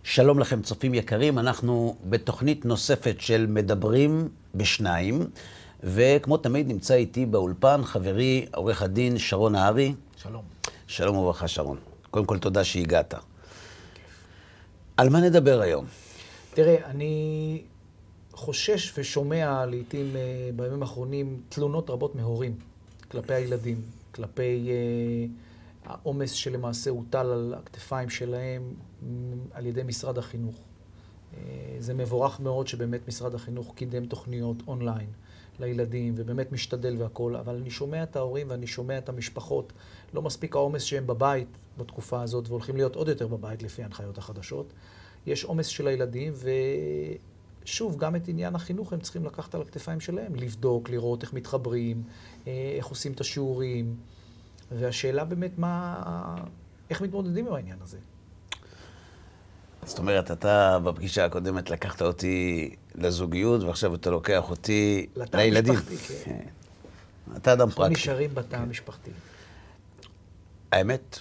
שלום לכם צופים יקרים, אנחנו בתוכנית נוספת של מדברים בשניים, וכמו תמיד נמצא איתי באולפן חברי עורך הדין שרון נהרי. שלום. שלום וברכה שרון. קודם כל תודה שהגעת. על מה נדבר היום? תראה, אני חושש ושומע לעתים בימים האחרונים תלונות רבות מהורים כלפי הילדים, כלפי העומס שלמעשה הוטל על הכתפיים שלהם על ידי משרד החינוך. זה מבורך מאוד שבאמת משרד החינוך קידם תוכניות אונליין לילדים ובאמת משתדל והכל, אבל אני שומע את ההורים ואני שומע את המשפחות. לא מספיק העומס שהם בבית בתקופה הזאת והולכים להיות עוד יותר בבית לפי ההנחיות החדשות. יש עומס של הילדים ושוב, גם את עניין החינוך הם צריכים לקחת על הכתפיים שלהם, לבדוק, לראות איך מתחברים, איך עושים את השיעורים. והשאלה באמת איך מתמודדים עם העניין הזה. זאת אומרת, אתה בפגישה הקודמת לקחת אותי לזוגיות, ועכשיו אתה לוקח אותי לילדים. לתא המשפחתי, כן. אתה אדם פרקטי. נשארים בתא המשפחתי. האמת,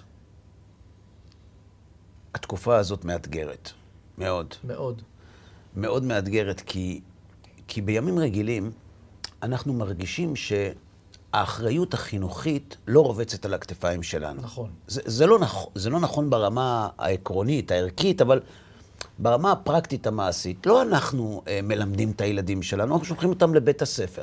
התקופה הזאת מאתגרת. מאוד. מאוד. מאוד מאתגרת, כי בימים רגילים אנחנו מרגישים האחריות החינוכית לא רובצת על הכתפיים שלנו. נכון. זה לא נכון ברמה העקרונית, הערכית, אבל ברמה הפרקטית המעשית. לא אנחנו מלמדים את הילדים שלנו, אנחנו שולחים אותם לבית הספר.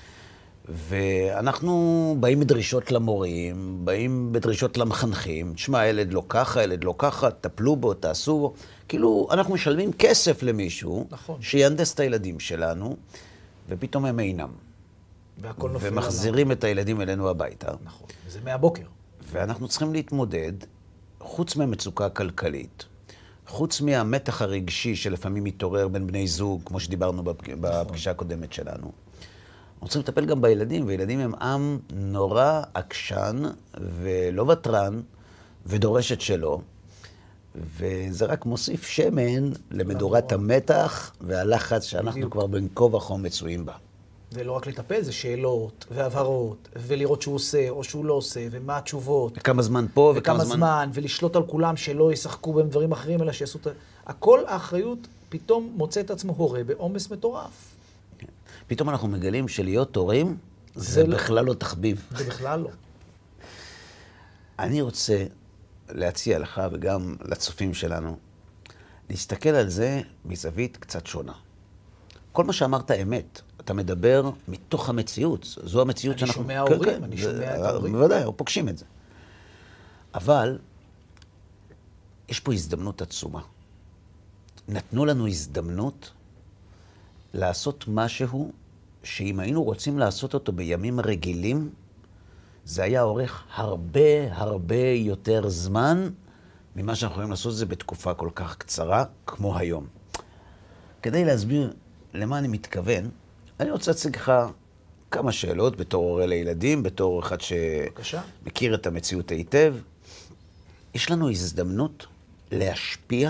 ואנחנו באים בדרישות למורים, באים בדרישות למחנכים. תשמע, הילד לא ככה, הילד לא ככה, טפלו בו, תעשו בו. כאילו, אנחנו משלמים כסף למישהו, נכון. שיהנדס את הילדים שלנו, ופתאום הם אינם. ומחזירים את הילדים אלינו הביתה. נכון, וזה מהבוקר. ואנחנו צריכים להתמודד, חוץ מהמצוקה הכלכלית, חוץ מהמתח הרגשי שלפעמים מתעורר בין בני זוג, כמו שדיברנו בפגישה הקודמת שלנו. אנחנו צריכים לטפל גם בילדים, וילדים הם עם נורא עקשן ולא וטרן, ודורשת שלו, וזה רק מוסיף שמן למדורת המתח והלחץ שאנחנו כבר בין כה וכה מצויים בה. זה לא רק לטפל, זה שאלות והבהרות, ולראות שהוא עושה או שהוא לא עושה, ומה התשובות. וכמה זמן פה וכמה זמן, ולשלוט על כולם שלא ישחקו בהם דברים אחרים, אלא שיעשו את... הכל האחריות פתאום מוצא את עצמו הורה בעומס מטורף. פתאום אנחנו מגלים שלהיות הורים, זה בכלל לא תחביב. זה בכלל לא. אני רוצה להציע לך וגם לצופים שלנו, להסתכל על זה מזווית קצת שונה. כל מה שאמרת אמת. אתה מדבר מתוך המציאות. זו המציאות שאנחנו... אני שומע ההורים, אני שומע את ההורים. בוודאי, אנחנו פוגשים את זה. אבל יש פה הזדמנות עצומה. נתנו לנו הזדמנות לעשות משהו שאם היינו רוצים לעשות אותו בימים רגילים, זה היה אורך הרבה יותר זמן ממה שאנחנו יכולים לעשות את זה בתקופה כל כך קצרה כמו היום. כדי להסביר למה אני מתכוון, אני רוצה להציג לך כמה שאלות בתור הורה לילדים, בתור אחד שמכיר את המציאות היטב. יש לנו הזדמנות להשפיע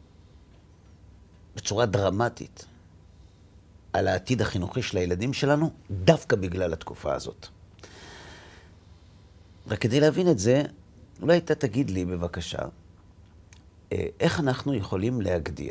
בצורה דרמטית על העתיד החינוכי של הילדים שלנו, דווקא בגלל התקופה הזאת. רק כדי להבין את זה, אולי אתה תגיד לי בבקשה, איך אנחנו יכולים להגדיר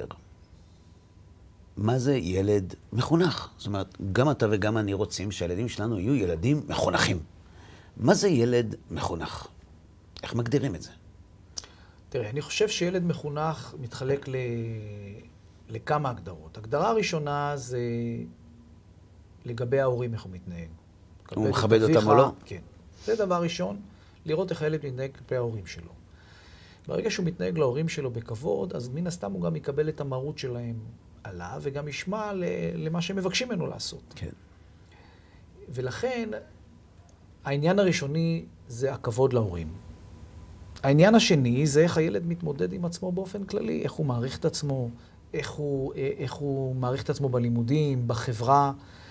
מה זה ילד מחונך? זאת אומרת, גם אתה וגם אני רוצים שהילדים שלנו יהיו ילדים מחונכים. מה זה ילד מחונך? איך מגדירים את זה? תראה, אני חושב שילד מחונך מתחלק לכמה הגדרות. הגדרה הראשונה זה לגבי ההורים, איך הוא מתנהג. הוא מכבד אותם או לא? כן. זה דבר ראשון, לראות איך הילד מתנהג כלפי ההורים שלו. ברגע שהוא מתנהג להורים שלו בכבוד, אז מן הסתם הוא גם יקבל את המרות שלהם עליו, וגם ישמע למה שהם מבקשים ממנו לעשות. כן. ולכן, העניין הראשוני זה הכבוד להורים. העניין השני זה איך הילד מתמודד עם עצמו באופן כללי, איך הוא מעריך את עצמו, איך הוא מעריך את עצמו בלימודים, בחברה,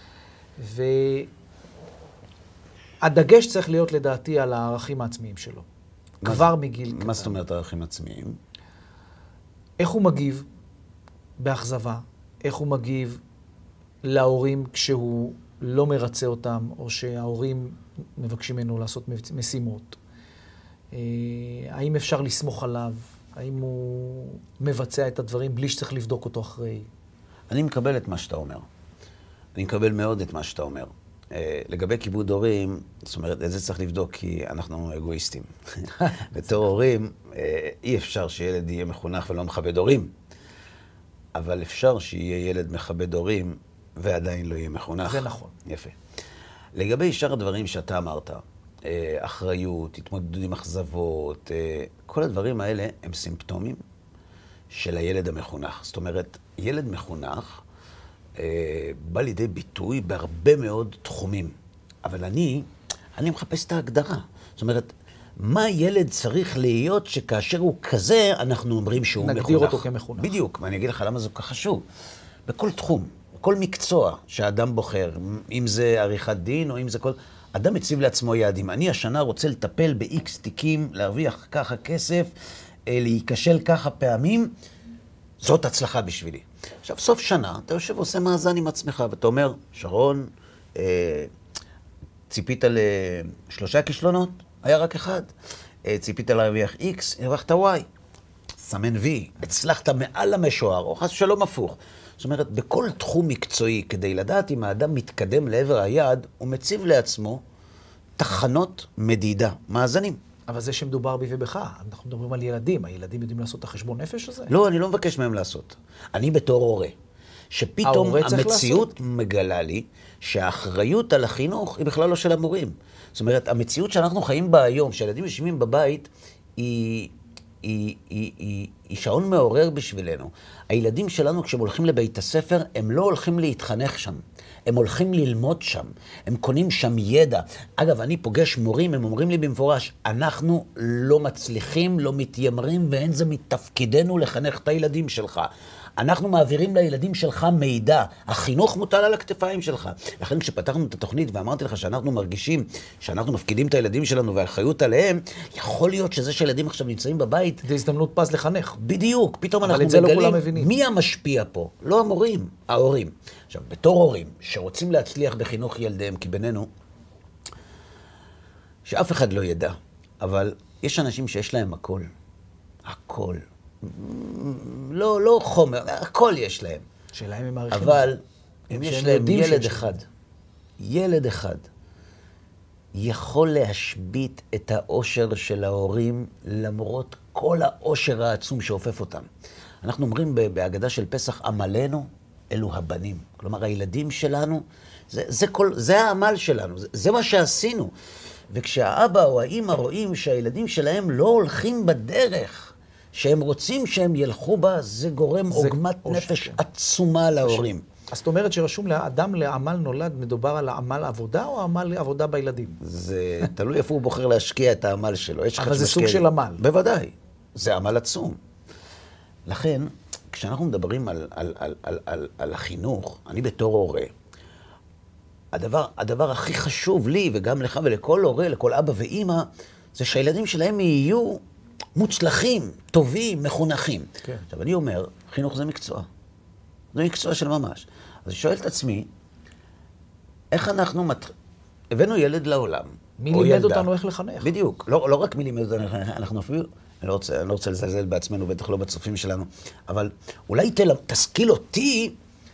והדגש צריך להיות לדעתי על הערכים העצמיים שלו. כבר מגיל קטן. מה זאת אומרת הערכים עצמיים? איך הוא מגיב באכזבה, איך הוא מגיב להורים כשהוא לא מרצה אותם, או שההורים מבקשים ממנו לעשות משימות. האם אפשר לסמוך עליו? האם הוא מבצע את הדברים בלי שצריך לבדוק אותו אחרי? אני מקבל את מה שאתה אומר. אני מקבל מאוד את מה שאתה אומר. לגבי כיבוד הורים, זאת אומרת, את זה צריך לבדוק, כי אנחנו אגואיסטים. בתור הורים, אי אפשר שילד יהיה מחונך ולא מכבד הורים. אבל אפשר שיהיה ילד מכבד הורים, ועדיין לא יהיה מחונך. זה נכון. יפה. לגבי שאר הדברים שאתה אמרת, אחריות, התמודדות עם אכזבות, כל הדברים האלה הם סימפטומים של הילד המחונך. זאת אומרת, ילד מחונך בא לידי ביטוי בהרבה מאוד תחומים. אבל אני מחפש את ההגדרה. זאת אומרת, מה ילד צריך להיות שכאשר הוא כזה, אנחנו אומרים שהוא מחונך. נגדיר אותו כמחונך. בדיוק, ואני אגיד לך למה זה כל כך חשוב. בכל תחום, בכל מקצוע שהאדם בוחר, אם זה עריכת דין או אם זה כל... אדם מציב לעצמו יעדים. אני השנה רוצה לטפל ב-X תיקים, להרוויח ככה כסף, להיכשל ככה פעמים, זאת הצלחה בשבילי. עכשיו, סוף שנה, אתה יושב ועושה מאזן עם עצמך, ואתה אומר, שרון, ציפית ל3 כישלונות, היה רק אחד. ציפית להרוויח X, הרווחת Y. סמן V, הצלחת מעל המשוער, או חס ושלום הפוך. זאת אומרת, בכל תחום מקצועי, כדי לדעת אם האדם מתקדם לעבר היעד, הוא מציב לעצמו תחנות מדידה, מאזנים. אבל זה שמדובר בי ובך, אנחנו מדברים על ילדים. הילדים יודעים לעשות את החשבון נפש הזה? לא, אני לא מבקש מהם לעשות. אני בתור הורה, שפתאום המציאות מגלה לי שהאחריות על החינוך היא בכלל לא של המורים. זאת אומרת, המציאות שאנחנו חיים בה היום, שהילדים יושבים בבית, היא שעון מעורר בשבילנו. הילדים שלנו, כשהם הולכים לבית הספר, הם לא הולכים להתחנך שם. הם הולכים ללמוד שם. הם קונים שם ידע. אגב, אני פוגש מורים, הם אומרים לי במפורש, אנחנו לא מצליחים, לא מתיימרים, ואין זה מתפקידנו לחנך את הילדים שלך. אנחנו מעבירים לילדים שלך מידע. החינוך מוטל על הכתפיים שלך. לכן כשפתחנו את התוכנית ואמרתי לך שאנחנו מרגישים שאנחנו מפקידים את הילדים שלנו והאחריות עליהם, יכול להיות שזה שילדים עכשיו נמצאים בבית. זה הזדמנות פז לחנך. בדיוק. פתאום אנחנו מגלים מי המשפיע פה. לא המורים, ההורים. עכשיו, בתור הורים שרוצים להצליח בחינוך ילדיהם, כי בינינו, שאף אחד לא ידע, אבל יש אנשים שיש להם הכל. הכל. לא חומר, הכל יש להם. שאלה אם הם מעריכים. אבל אם יש להם ילד אחד, יכול להשבית את האושר של ההורים למרות כל האושר העצום שאופף אותם. אנחנו אומרים בהגדה של פסח, עמלנו אלו הבנים. כלומר, הילדים שלנו, זה העמל שלנו, זה מה שעשינו. וכשהאבא או האמא רואים שהילדים שלהם לא הולכים בדרך, שהם רוצים שהם ילכו בה, זה גורם עוגמת נפש עצומה להורים. אז זאת אומרת שרשום לאדם לעמל נולד, מדובר על העמל עבודה או העמל עבודה בילדים? זה תלוי איפה הוא בוחר להשקיע את העמל שלו. אבל זה סוג של עמל. בוודאי, זה עמל עצום. לכן, כשאנחנו מדברים על החינוך, אני בתור הורה, הדבר הכי חשוב לי וגם לך ולכל הורה, לכל אבא ואמא, זה שהילדים שלהם יהיו מוצלחים, טובים, מחונכים. כן. עכשיו, אני אומר, חינוך זה מקצוע. זה מקצוע של ממש. אז אני שואל את עצמי, איך אנחנו הבאנו ילד לעולם, מי לימד אותנו איך לחנך? בדיוק. לא רק מי לימד אותנו איך לחנך, אנחנו אפילו, אני לא רוצה לזלזל בעצמנו, בטח לא בצופים שלנו, אבל אולי תשכיל אותי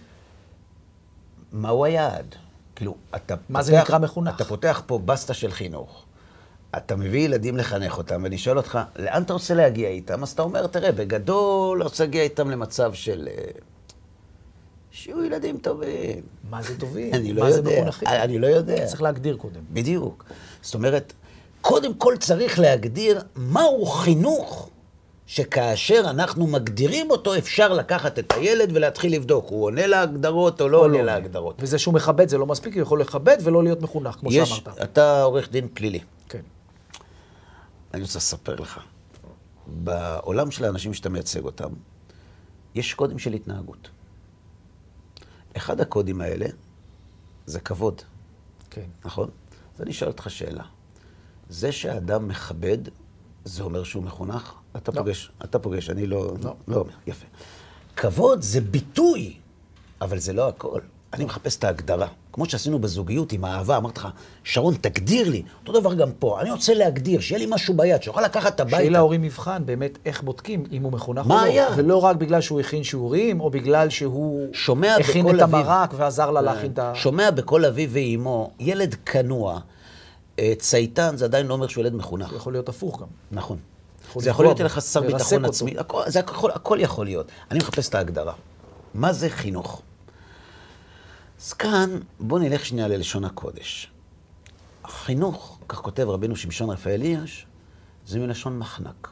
מהו היעד. כאילו, מה זה נקרא מחונך? אתה פותח פה בסטה של חינוך. אתה מביא ילדים לחנך אותם, ואני שואל אותך, לאן אתה רוצה להגיע איתם? אז אתה אומר, תראה, בגדול, אתה רוצה להגיע איתם למצב של... שיהיו ילדים טובים. מה זה טובים? אני לא יודע. אני לא יודע. צריך להגדיר קודם. בדיוק. זאת אומרת, קודם כל צריך להגדיר מהו חינוך, שכאשר אנחנו מגדירים אותו, אפשר לקחת את הילד ולהתחיל לבדוק. הוא עונה להגדרות או לא עונה להגדרות. וזה שהוא מכבד, זה לא מספיק, הוא יכול לכבד ולא להיות מחונך, כמו שאמרת. אתה עורך דין פלילי. כן. אני רוצה לספר לך. בעולם של האנשים שאתה מייצג אותם, יש קודים של התנהגות. אחד הקודים האלה זה כבוד. כן. נכון? אז אני שואל אותך שאלה. זה שהאדם מכבד, זה אומר שהוא מחונך? אתה פוגש, אני לא אומר. יפה. כבוד זה ביטוי, אבל זה לא הכל. אני מחפש את ההגדרה. כמו שעשינו בזוגיות עם האהבה, אמרת לך, שרון, תגדיר לי. אותו דבר גם פה. אני רוצה להגדיר, שיהיה לי משהו ביד, שיוכל לקחת את הביתה. שיהיה להורים מבחן באמת איך בודקים אם הוא מחונך או לא. מה היה? ולא רק בגלל שהוא הכין שיעורים, או בגלל שהוא הכין את המרק ועזר לה להכין את ה... שומע בכל אביו ואימו, ילד כנוע, צייתן, זה עדיין לא אומר שהוא ילד מחונך. זה יכול להיות הפוך גם. נכון. זה יכול להיות לך שר ביטחון עצמי. הכל יכול להיות. אני מחפש את ההגדרה. מה זה חינוך? אז כאן, בואו נלך שנייה ללשון הקודש. החינוך, כך כותב רבינו שמשון רפאליאש, זה מלשון מחנק.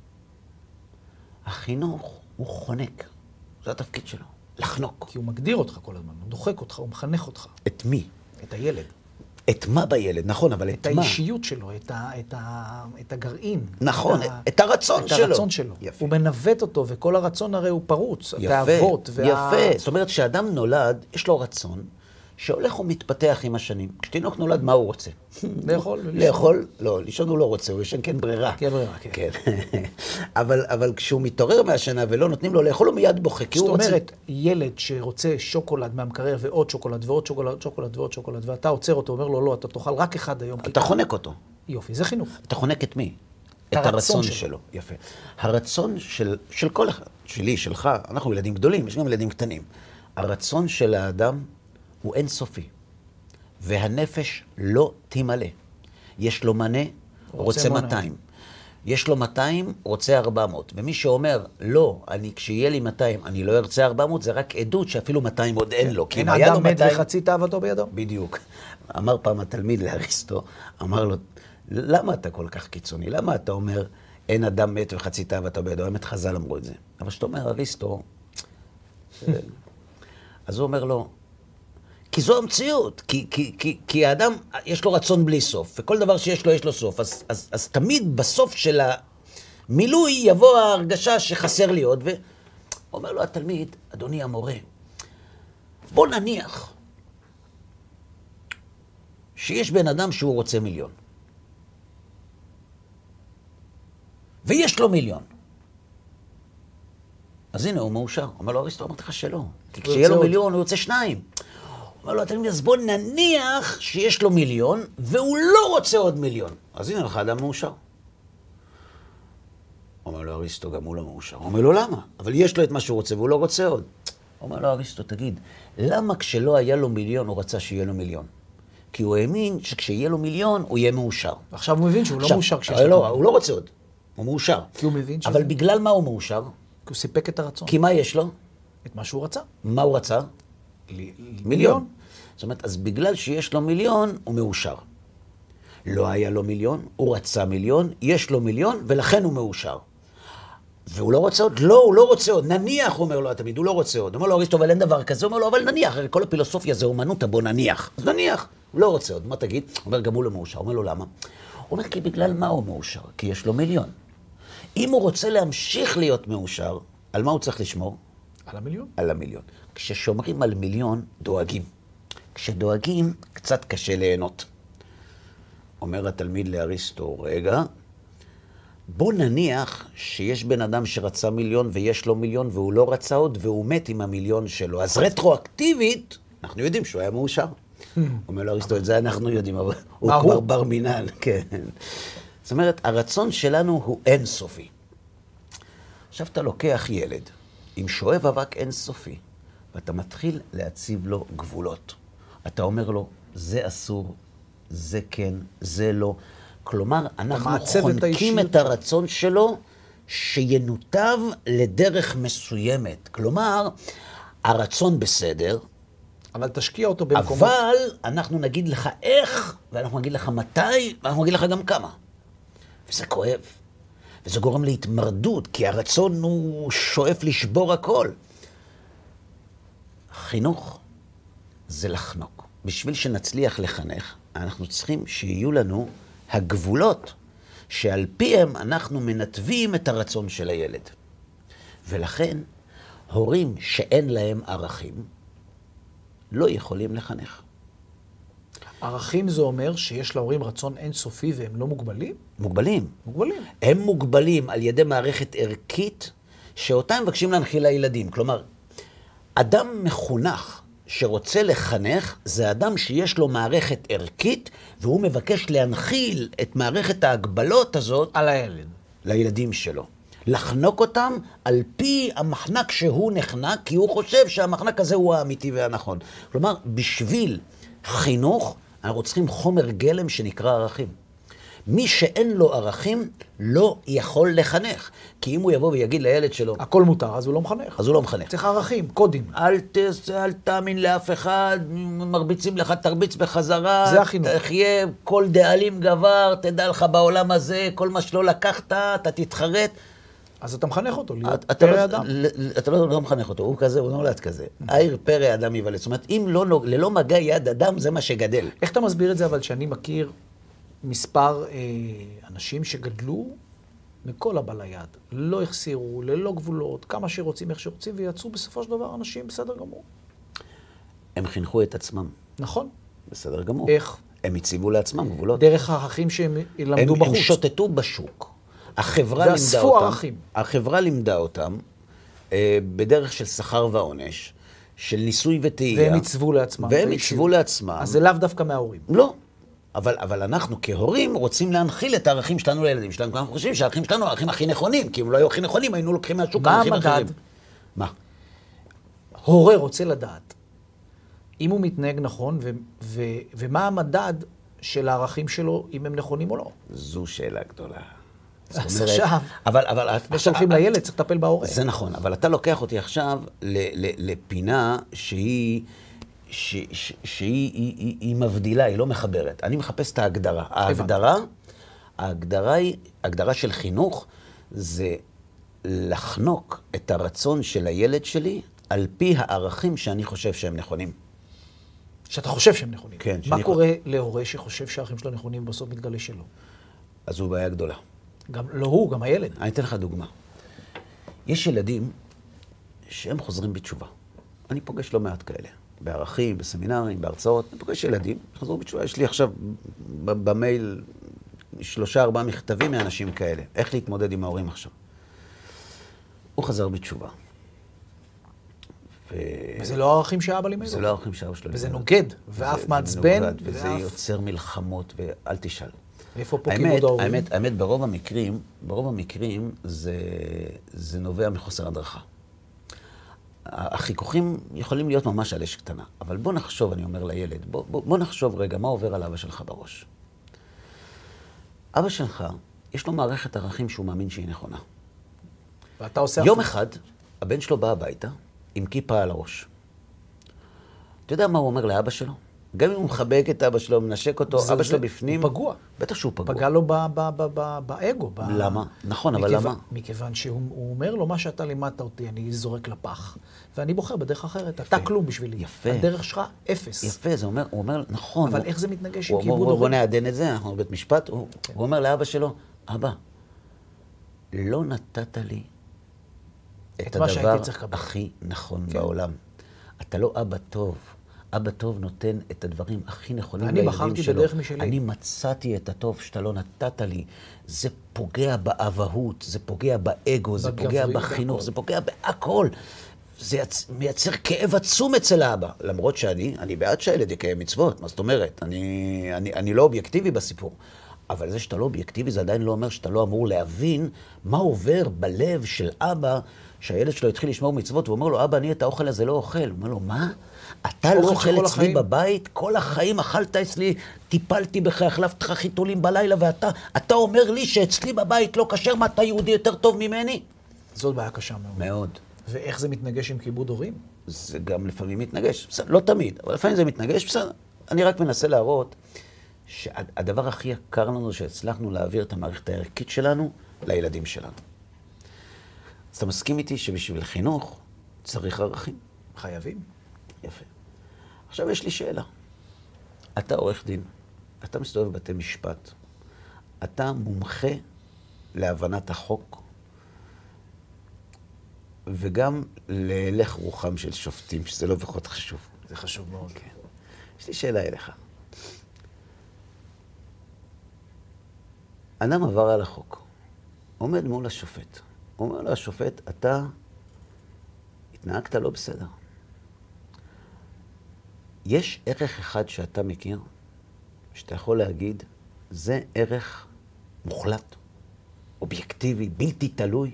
החינוך הוא חונק. זה התפקיד שלו, לחנוק. כי הוא מגדיר אותך כל הזמן, הוא דוחק אותך, הוא מחנך אותך. את מי? את הילד. את מה בילד, נכון, אבל את מה? את האישיות שלו, את הגרעין. נכון, את הרצון שלו. את הרצון שלו. יפה. הוא מנווט אותו, וכל הרצון הרי הוא פרוץ. יפה, התאוות יפה. זאת אומרת שאדם נולד, יש לו רצון, שהולך ומתפתח עם השנים. כשתינוק נולד, מה הוא רוצה? לאכול. לאכול? לא, לישון הוא לא רוצה, הוא ישן כן ברירה. כן ברירה, כן. אבל כשהוא מתעורר מהשינה ולא נותנים לו לאכול, הוא מיד בוכה, כי הוא רוצה... זאת אומרת, ילד שרוצה שוקולד מהמקרר ועוד שוקולד ועוד שוקולד ועוד שוקולד, ואתה עוצר אותו, אומר לו, לא, אתה תאכל רק אחד היום. אתה חונק אותו. יופי, זה חינוך. אתה חונק את מי? את הרצון שלו. יפה. הרצון של כל אחד, שלי, שלך, אנחנו ילדים גדולים, יש גם ילדים קטנים. הרצון של האדם הוא אינסופי, והנפש לא תמלא. יש לו מנה, רוצה 200. יש לו 200, רוצה 400. ומי שאומר, לא, כשיהיה לי 200, אני לא ארצה 400, זה רק עדות שאפילו 200 עוד אין לו. אין אדם מת וחצי תאוותו בידו. בדיוק. אמר פעם התלמיד לאריסטו, אמר לו, למה אתה כל כך קיצוני? למה אתה אומר, אין אדם מת וחצי תאוותו בידו? האמת חז"ל אמרו את זה. אבל שאתה אומר, אריסטו, אז הוא אומר לו, כי זו המציאות, כי האדם, יש לו רצון בלי סוף, וכל דבר שיש לו, יש לו סוף. אז תמיד בסוף של המילוי יבוא ההרגשה שחסר לי עוד, ואומר לו התלמיד, אדוני המורה, בוא נניח שיש בן אדם שהוא רוצה 1,000,000. ויש לו 1,000,000. אז הנה, הוא מאושר. אומר לו, אריסטו, אמרתי לך שלא. כי כשיהיה לו 1,000,000, הוא יוצא 2. אומר לו, התלמיד, אז בוא נניח שיש לו 1,000,000, והוא לא רוצה עוד 1,000,000. אז הנה לך אדם מאושר. אומר לו, אריסטו, גם הוא לא מאושר. אומר לו, למה? אבל יש לו את מה שהוא רוצה, והוא לא רוצה עוד. אומר לו, אריסטו, תגיד, למה כשלא היה לו 1,000,000, הוא רצה שיהיה לו 1,000,000? כי הוא האמין שכשיהיה לו 1,000,000, הוא יהיה מאושר. עכשיו הוא מבין שהוא לא מאושר כשיש לו. לא, הוא לא רוצה עוד. הוא מאושר. כי הוא מבין שזה... אבל בגלל מה הוא מאושר? כי הוא סיפק את הרצון. כי מה יש לו? את מה שהוא רצה. מה הוא רצה? 1,000,000. זאת אומרת, אז בגלל שיש לו 1,000,000, הוא מאושר. לא היה לו 1,000,000, הוא רצה 1,000,000, יש לו 1,000,000, ולכן הוא מאושר. והוא לא רוצה עוד? לא, הוא לא רוצה עוד. נניח, אומר לו התמיד, הוא לא רוצה עוד. אומר לו, אריסטו, אבל אין דבר כזה. אומר לו, אבל נניח, כל הפילוסופיה זה אומנות, בוא נניח. אז נניח, הוא לא רוצה עוד. מה תגיד? אומר, גם הוא לא מאושר. אומר לו, למה? הוא אומר, כי בגלל מה הוא מאושר? כי יש לו 1,000,000. אם הוא רוצה להמשיך להיות מאושר, על מה הוא צריך לשמור? על 1,000,000. על 1,000,000. כששומרים על 1,000,000, דואגים. כשדואגים, קצת קשה ליהנות. אומר התלמיד לאריסטו, רגע, בוא נניח שיש בן אדם שרצה 1,000,000 ויש לו 1,000,000 והוא לא רצה עוד והוא מת עם 1,000,000 שלו. אז רטרואקטיבית, אנחנו יודעים שהוא היה מאושר. אומר לו אריסטו, את זה אנחנו יודעים, אבל הוא כבר בר מינן. כן. זאת אומרת, הרצון שלנו הוא אינסופי. עכשיו אתה לוקח ילד עם שואב אבק אינסופי, ואתה מתחיל להציב לו גבולות. אתה אומר לו, זה אסור, זה כן, זה לא. כלומר, אנחנו חונקים את הרצון שלו שינותב לדרך מסוימת. כלומר, הרצון בסדר, אבל תשקיע אותו במקומות. אבל אנחנו נגיד לך איך, ואנחנו נגיד לך מתי, ואנחנו נגיד לך גם כמה. וזה כואב. וזה גורם להתמרדות, כי הרצון הוא שואף לשבור הכל. חינוך זה לחנוק. בשביל שנצליח לחנך, אנחנו צריכים שיהיו לנו הגבולות שעל פיהם אנחנו מנתבים את הרצון של הילד. ולכן, הורים שאין להם ערכים לא יכולים לחנך. ערכים זה אומר שיש להורים רצון אינסופי והם לא מוגבלים? מוגבלים. מוגבלים. הם מוגבלים על ידי מערכת ערכית שאותה מבקשים להנחיל לילדים. כלומר, אדם מחונך שרוצה לחנך זה אדם שיש לו מערכת ערכית, והוא מבקש להנחיל את מערכת ההגבלות הזאת על הילד. לילדים שלו. לחנוק אותם על פי המחנק שהוא נחנק, כי הוא חושב שהמחנק הזה הוא האמיתי והנכון. כלומר, בשביל חינוך, אנחנו צריכים חומר גלם שנקרא ערכים. מי שאין לו ערכים לא יכול לחנך. כי אם הוא יבוא ויגיד לילד שלו, הכל מותר, אז הוא לא מחנך. אז הוא לא מחנך. צריך ערכים, קודים. אל תאמין לאף אחד, מרביצים לך, תרביץ בחזרה. זה החינוך. תחיה, כל דאלים גבר, תדע לך בעולם הזה, כל מה שלא לקחת, אתה תתחרט. אז אתה מחנך אותו, להיות פרא אדם. אתה לא מחנך אותו, הוא כזה, הוא נולד כזה. העיר פרא אדם יוולד. זאת אומרת, אם ללא מגע יד אדם, זה מה שגדל. איך אתה מסביר את זה, אבל שאני מכיר מספר אנשים שגדלו מכל הבא ליד, לא החסירו, ללא גבולות, כמה שרוצים, איך שרוצים, ויצאו בסופו של דבר אנשים בסדר גמור. הם חינכו את עצמם. נכון. בסדר גמור. איך? הם הציבו לעצמם גבולות. דרך הערכים שהם למדו בחוץ. הם שוטטו בשוק. החברה לימדה ואספו אותם. ערכים. החברה לימדה אותם בדרך של שכר ועונש, של ניסוי וטעייה. והם עיצבו לעצמם. והם עיצבו לעצמם. אז זה לאו דווקא מההורים. לא. אבל אנחנו כהורים רוצים להנחיל את הערכים שלנו לילדים שלנו, כי אנחנו חושבים שהערכים שלנו הערכים הכי נכונים, כי אם לא היו הכי נכונים, היינו לוקחים מהשוק ערכים אחרים. מה? הורה רוצה לדעת אם הוא מתנהג נכון, ומה המדד של הערכים שלו, אם הם נכונים או לא. זו שאלה גדולה. אז עכשיו, ושולחים לילד, צריך לטפל בהורה. זה נכון, אבל אתה לוקח אותי עכשיו לפינה שהיא מבדילה, היא לא מחברת. אני מחפש את ההגדרה. ההגדרה של חינוך זה לחנוק את הרצון של הילד שלי על פי הערכים שאני חושב שהם נכונים. שאתה חושב שהם נכונים. כן. מה קורה להורה שחושב שהערכים שלו נכונים ובסוף מתגלה שלא? אז הוא בעיה גדולה. גם לא הוא, גם הילד. אני אתן לך דוגמה. יש ילדים שהם חוזרים בתשובה. אני פוגש לא מעט כאלה. בערכים, בסמינרים, בהרצאות. אני פוגש ילדים, חזרו בתשובה. יש לי עכשיו במייל 3-4 מכתבים מאנשים כאלה. איך להתמודד עם ההורים עכשיו? הוא חזר בתשובה. וזה לא הערכים שהאבא לימד. זה לא הערכים שהאבא שלו. וזה נוגד, ואף מעצבן. וזה יוצר מלחמות, ואל תשאל. איפה פה כיבוד ההורים? האמת, ברוב המקרים זה נובע מחוסר הדרכה. החיכוכים יכולים להיות ממש על אש קטנה, אבל בוא נחשוב, אני אומר לילד, בוא נחשוב רגע, מה עובר על אבא שלך בראש? אבא שלך, יש לו מערכת ערכים שהוא מאמין שהיא נכונה. ואתה עושה... יום אחד, הבן שלו בא הביתה עם כיפה על הראש. אתה יודע מה הוא אומר לאבא שלו? גם אם הוא מחבק את אבא שלו, מנשק אותו, אבא שלו בפנים... הוא פגוע. בטח שהוא פגוע. פגע לו באגו. למה? נכון, אבל למה? מכיוון שהוא אומר לו, מה שאתה לימדת אותי, אני זורק לפח, ואני בוחר בדרך אחרת. אתה כלום בשבילי. יפה. הדרך שלך אפס. יפה, זה אומר, הוא אומר, נכון. אבל איך זה מתנגש עם כיבוד בוא הורים? נעדן את זה, אנחנו בבית משפט. הוא אומר לאבא שלו, אבא, לא נתת לי את הדבר הכי נכון בעולם. אתה לא אבא טוב. אבא טוב נותן את הדברים הכי נכונים לילדים שלו. אני בחרתי בדרך משלי. אני מצאתי את הטוב שאתה לא נתת לי. זה פוגע באבהות, זה פוגע באגו, זה פוגע בחינוך, זה פוגע בהכל. זה מייצר כאב עצום אצל האבא. למרות שאני בעד שהילד יקיים מצוות, מה זאת אומרת? אני לא אובייקטיבי בסיפור. אבל זה שאתה לא אובייקטיבי, זה עדיין לא אומר שאתה לא אמור להבין מה עובר בלב של אבא, שהילד שלו התחיל לשמור מצוות, והוא אומר לו, אבא, אני את האוכל הזה לא אוכל. הוא אומר לו, מה? אתה לא אוכל אצלי בבית? כל החיים אכלת אצלי, טיפלתי בך, החלפת לך חיתולים בלילה, ואתה אומר לי שאצלי בבית לא כשר, מה, אתה יהודי יותר טוב ממני? זאת בעיה קשה מאוד. מאוד. ואיך זה מתנגש עם כיבוד הורים? זה גם לפעמים מתנגש, בסדר, לא תמיד, אבל לפעמים זה מתנגש, בסדר. אני רק מנסה להראות שהדבר הכי יקר לנו שהצלחנו להעביר את המערכת הערכית שלנו לילדים שלנו. אז אתה מסכים איתי שבשביל חינוך צריך ערכים? חייבים. יפה. עכשיו יש לי שאלה. אתה עורך דין, אתה מסתובב בבתי משפט, אתה מומחה להבנת החוק, וגם להלך רוחם של שופטים, שזה לא פחות חשוב. זה חשוב מאוד. כן. יש לי שאלה אליך. אדם עבר על החוק, עומד מול השופט. אומר לו השופט, אתה התנהגת לא בסדר. יש ערך אחד שאתה מכיר, שאתה יכול להגיד, זה ערך מוחלט, אובייקטיבי, בלתי תלוי.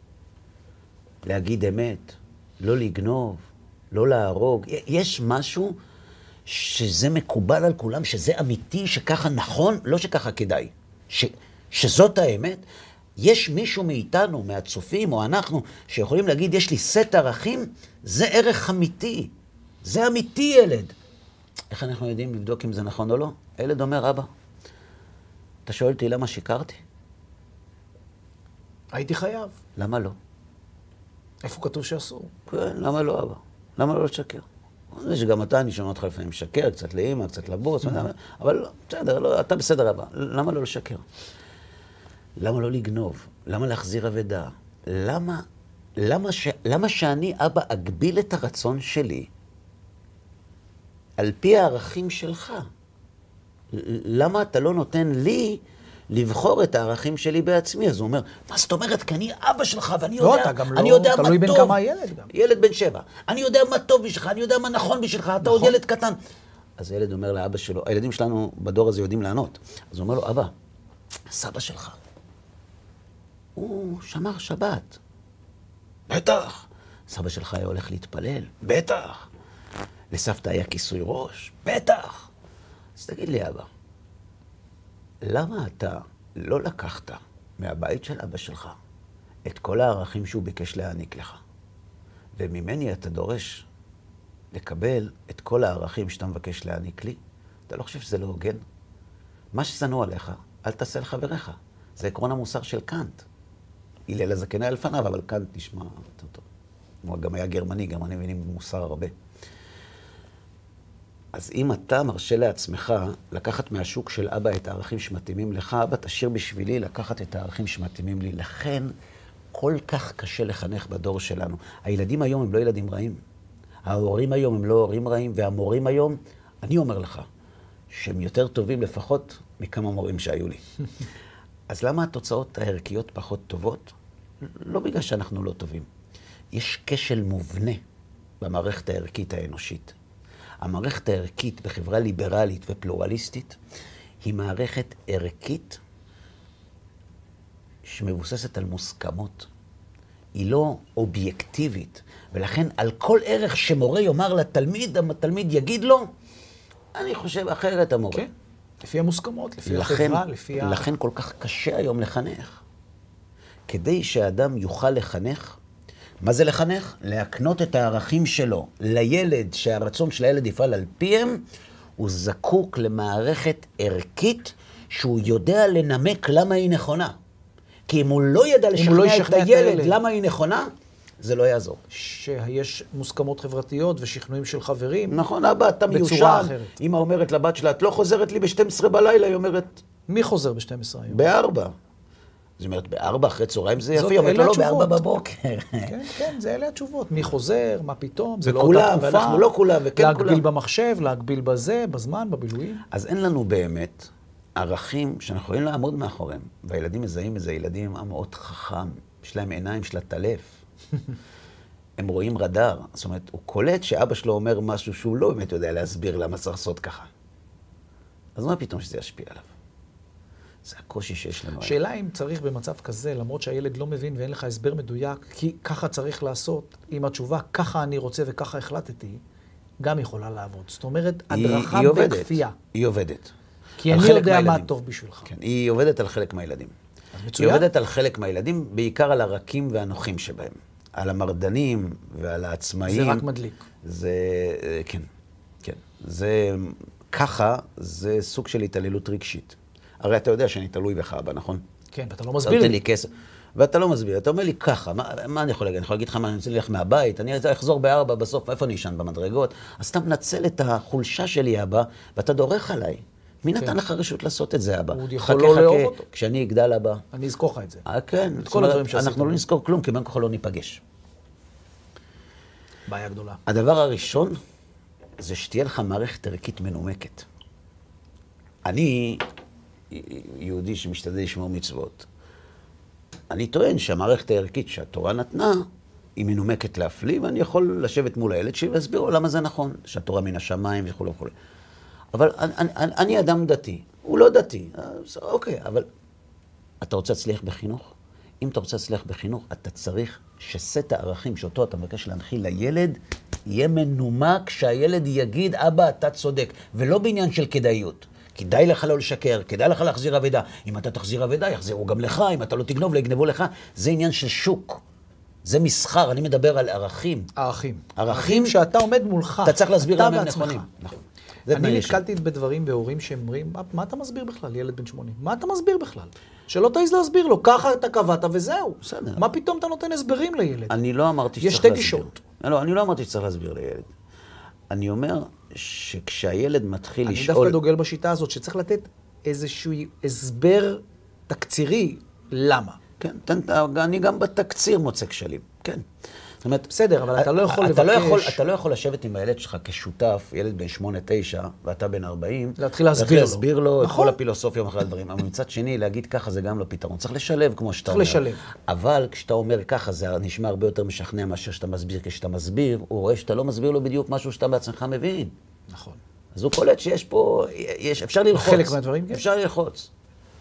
להגיד אמת, לא לגנוב, לא להרוג. יש משהו שזה מקובל על כולם, שזה אמיתי, שככה נכון, לא שככה כדאי. שזאת האמת. יש מישהו מאיתנו, מהצופים או אנחנו, שיכולים להגיד, יש לי סט ערכים, זה ערך אמיתי. זה אמיתי, ילד. איך אנחנו יודעים לבדוק אם זה נכון או לא? הילד אומר, אבא, אתה שואל אותי למה שיקרתי? הייתי חייב. למה לא? איפה כתוב שאסור? כן, למה לא, אבא? למה לא לשקר? זה שגם אתה, אני שומע אותך לפעמים משקר, קצת לאמא, קצת לבוס, אבל בסדר, לא, אתה בסדר, אבא. למה לא לשקר? למה לא לגנוב? למה להחזיר אבדה? למה שאני, אבא, אגביל את הרצון שלי על פי הערכים שלך? למה אתה לא נותן לי לבחור את הערכים שלי בעצמי? אז הוא אומר, מה זאת אומרת? כי אני אבא שלך, ואני יודע, לא, אתה גם לא, אני יודע תלוי מה בין טוב. כמה הילד גם. ילד בן 7. אני יודע מה טוב בשבילך, אני יודע מה נכון בשבילך, אתה עוד ילד קטן. אז הילד אומר לאבא שלו, הילדים שלנו בדור הזה יודעים לענות. אז הוא אומר לו, אבא, סבא שלך, הוא שמר שבת. בטח. סבא שלך היה הולך להתפלל. בטח. לסבתא היה כיסוי ראש. בטח. אז תגיד לי, אבא, למה אתה לא לקחת מהבית של אבא שלך את כל הערכים שהוא ביקש להעניק לך? וממני אתה דורש לקבל את כל הערכים שאתה מבקש להעניק לי? אתה לא חושב שזה לא הוגן? מה ששנוא עליך, אל תעשה לחבריך. זה עקרון המוסר של קאנט. הלל הזקן היה לפניו, אבל קאנט נשמע יותר טוב. הוא גם היה גרמני מבינים מוסר הרבה. אז אם אתה מרשה לעצמך לקחת מהשוק של אבא את הערכים שמתאימים לך, אבא תשאיר בשבילי לקחת את הערכים שמתאימים לי. לכן כל כך קשה לחנך בדור שלנו. הילדים היום הם לא ילדים רעים. ההורים היום הם לא הורים רעים, והמורים היום, אני אומר לך, שהם יותר טובים לפחות מכמה מורים שהיו לי. אז למה התוצאות הערכיות פחות טובות? לא בגלל שאנחנו לא טובים. יש כשל מובנה במערכת הערכית האנושית. המערכת הערכית בחברה ליברלית ופלורליסטית היא מערכת ערכית שמבוססת על מוסכמות. היא לא אובייקטיבית, ולכן על כל ערך שמורה יאמר לתלמיד, התלמיד יגיד לו, אני חושב אחרת המורה. כן, לפי המוסכמות, לפי החברה, לפי לכן כל כך קשה היום לחנך. כדי שהאדם יוכל לחנך, מה זה לחנך? להקנות את הערכים שלו לילד, שהרצון של הילד יפעל על פיהם, הוא זקוק למערכת ערכית שהוא יודע לנמק למה היא נכונה. כי אם הוא לא ידע לשכנע את הילד למה היא נכונה, זה לא יעזור. שיש מוסכמות חברתיות ושכנועים של חברים. נכון, אבא, אתה מיושן. אמא אומרת לבת שלה, את לא חוזרת לי ב-12 בלילה, היא אומרת... מי חוזר ב-12 היום? ב-4. זאת אומרת, ב-4 אחרי צהריים זה יפה, אומרת לו לא, ב-4 בבוקר. כן, כן, זה אלה התשובות. מי חוזר, מה פתאום, זה לא אותה תקופה. ואנחנו לא כולם, וכן כולם. להגביל במחשב, להגביל בזה, בזמן, בבילויים. אז אין לנו באמת ערכים שאנחנו יכולים לעמוד מאחוריהם. והילדים מזהים איזה ילדים עם מאוד חכם, יש להם עיניים של הטלף. הם רואים רדאר. זאת אומרת, הוא קולט שאבא שלו אומר משהו שהוא לא באמת יודע להסביר למה צריך לעשות ככה. אז מה פתאום שזה ישפיע עליו? זה הקושי שיש לנו. שאלה אם צריך במצב כזה, למרות שהילד לא מבין ואין לך הסבר מדויק, כי ככה צריך לעשות, אם התשובה ככה אני רוצה וככה החלטתי, גם יכולה לעבוד. זאת אומרת, הדרכה בכפייה. היא עובדת. כי אני יודע מה טוב בשבילך. כן, היא עובדת על חלק מהילדים. מצוין. היא עובדת על חלק מהילדים, בעיקר על הרכים והנוחים שבהם. על המרדנים ועל העצמאים. זה רק מדליק. זה, כן, כן. זה, ככה, זה סוג של התעללות רגשית. הרי אתה יודע שאני תלוי בך, אבא, נכון? כן, ואתה לא מסביר לי. לי כסף, ואתה לא מסביר. אתה אומר לי ככה, מה אני יכול להגיד? אני יכול להגיד לך מה אני רוצה ללך מהבית, אני אחזור ב-4 בסוף, איפה אני אשן במדרגות? אז אתה מנצל את החולשה שלי, אבא, ואתה דורך עליי. מי נתן לך רשות לעשות את זה, אבא? הוא יכול לא לאהוב אותו. כשאני אגדל, אבא. אני אזכור לך את זה. כן. את כל הדברים שעשיתי. אנחנו לא נזכור כלום, כי בין ככה לא ניפגש. בעיה גדולה. הדבר הראשון, זה שתהיה לך מערכת ערכית מנומקת. אני יהודי שמשתדל לשמור מצוות. אני טוען שהמערכת הערכית שהתורה נתנה, היא מנומקת להפליא, ואני יכול לשבת מול הילד שלי ולהסביר לו למה זה נכון, שהתורה מן השמיים וכו' וכו'. אבל אני אדם דתי, הוא לא דתי, אוקיי, אבל אתה רוצה להצליח בחינוך? אם אתה רוצה להצליח בחינוך, אתה צריך שסט הערכים שאותו אתה מבקש להנחיל לילד, יהיה מנומק שהילד יגיד, אבא, אתה צודק, ולא בעניין של כדאיות. כדאי לך לא לשקר, כדאי לך להחזיר אבדה. אם אתה תחזיר אבדה, יחזירו גם לך, אם אתה לא תגנוב, לא יגנבו לך. זה עניין של שוק. זה מסחר, אני מדבר על ערכים. ערכים שאתה עומד מולך. אתה צריך להסביר למה הם נכונים. נכון. אני נתקלתי בדברים בהורים שאומרים, מה אתה מסביר בכלל, ילד בן 80? מה אתה מסביר בכלל? שלא תעיז להסביר לו, ככה אתה קבעת וזהו. בסדר. מה פתאום אתה נותן הסברים לילד? אני לא אמרתי שצריך להסביר. יש שתי גישות. לא, אני לא אמרתי שצריך להסביר לילד. אני אומר שכשהילד מתחיל לשאול... אני דווקא דוגל בשיטה הזאת, שצריך לתת איזשהו הסבר תקצירי למה. כן, אני גם בתקציר מוצא כשלים, כן. זאת אומרת, בסדר, אבל אתה לא יכול לבקש... אתה לא יכול לשבת עם הילד שלך כשותף, ילד בן 8-9, ואתה בן 40, להתחיל להסביר לו את כל הפילוסופיה מאחורי הדברים. אבל מצד שני, להגיד ככה זה גם לא פתרון. צריך לשלב, כמו שאתה אומר. צריך לשלב. אבל כשאתה אומר ככה, זה נשמע הרבה יותר משכנע מאשר שאתה מסביר. כשאתה מסביר, הוא רואה שאתה לא מסביר לו בדיוק משהו שאתה בעצמך מבין. נכון. אז הוא קולט שיש פה, אפשר ללחוץ. חלק מהדברים, כן. אפשר ללחוץ.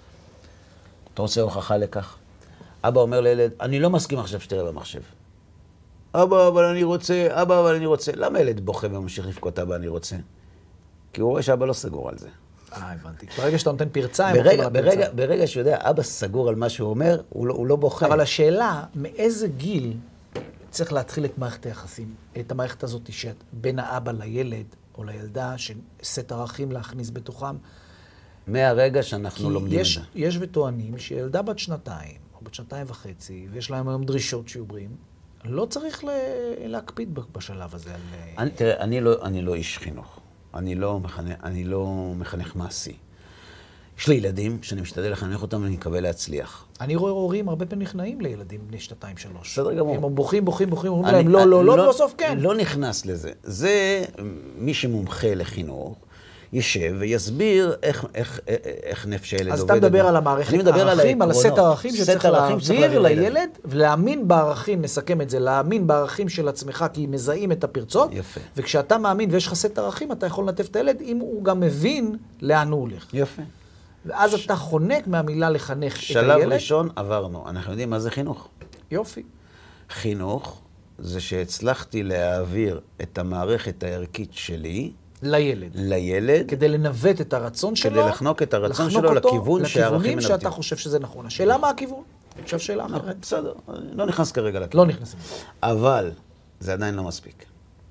אתה רוצה הוכחה לכך? אבא אומר לילד, אני לא מסכים עכשיו שתראה במחשב. אבא, אבל אני רוצה. למה ילד בוכה וממשיך לבכות, אבא, אני רוצה? כי הוא רואה שאבא לא סגור על זה. הבנתי. ברגע שאתה נותן פרצה, הם הולכים על הפרצה. ברגע שהוא יודע, אבא סגור על מה שהוא אומר, הוא לא בוכה. אבל השאלה, מאיזה גיל צריך להתחיל את מערכת היחסים, את המערכת הזאת בין האבא לילד או לילדה, שסט ערכים להכניס בתוכם? מהרגע שאנחנו לומדים את זה. יש וטוענים שילדה בת 2 או בת 2.5, ויש להם היום דרישות שיעוברים, לא צריך להקפיד בשלב הזה על... תראה, אני לא איש חינוך. אני לא מחנך מעשי. יש לי ילדים שאני משתדל לחנך אותם ואני מקווה להצליח. אני רואה הורים הרבה פעמים נכנעים לילדים בני 2-3. בסדר גמור. הם בוכים, אומרים להם לא, בסוף כן. לא נכנס לזה. זה מי שמומחה לחינוך, יישב ויסביר איך נפש הילד עובד. אז אתה מדבר על המערכת הערכים, על הסט הערכים שצריך להעביר לילד, ולהאמין בערכים, נסכם את זה, להאמין בערכים של עצמך, כי מזהים את הפרצות. יפה. וכשאתה מאמין ויש לך סט ערכים, אתה יכול לנתב את הילד, אם הוא גם מבין לאן הוא הולך. יפה. ואז אתה חונק מהמילה לחנך את הילד. שלב ראשון עברנו. אנחנו יודעים מה זה חינוך. יופי. חינוך זה שהצלחתי להעביר את המערכת הערכית שלי לילד. כדי לנווט את הרצון שלו. כדי לחנוק את הרצון שלו לכיוון שהערכים מנווטים. שאתה חושב שזה נכון. השאלה מה הכיוון? עכשיו שאלה אחרת. בסדר, לא נכנס כרגע לכיוון. לא נכנס. אבל זה עדיין לא מספיק.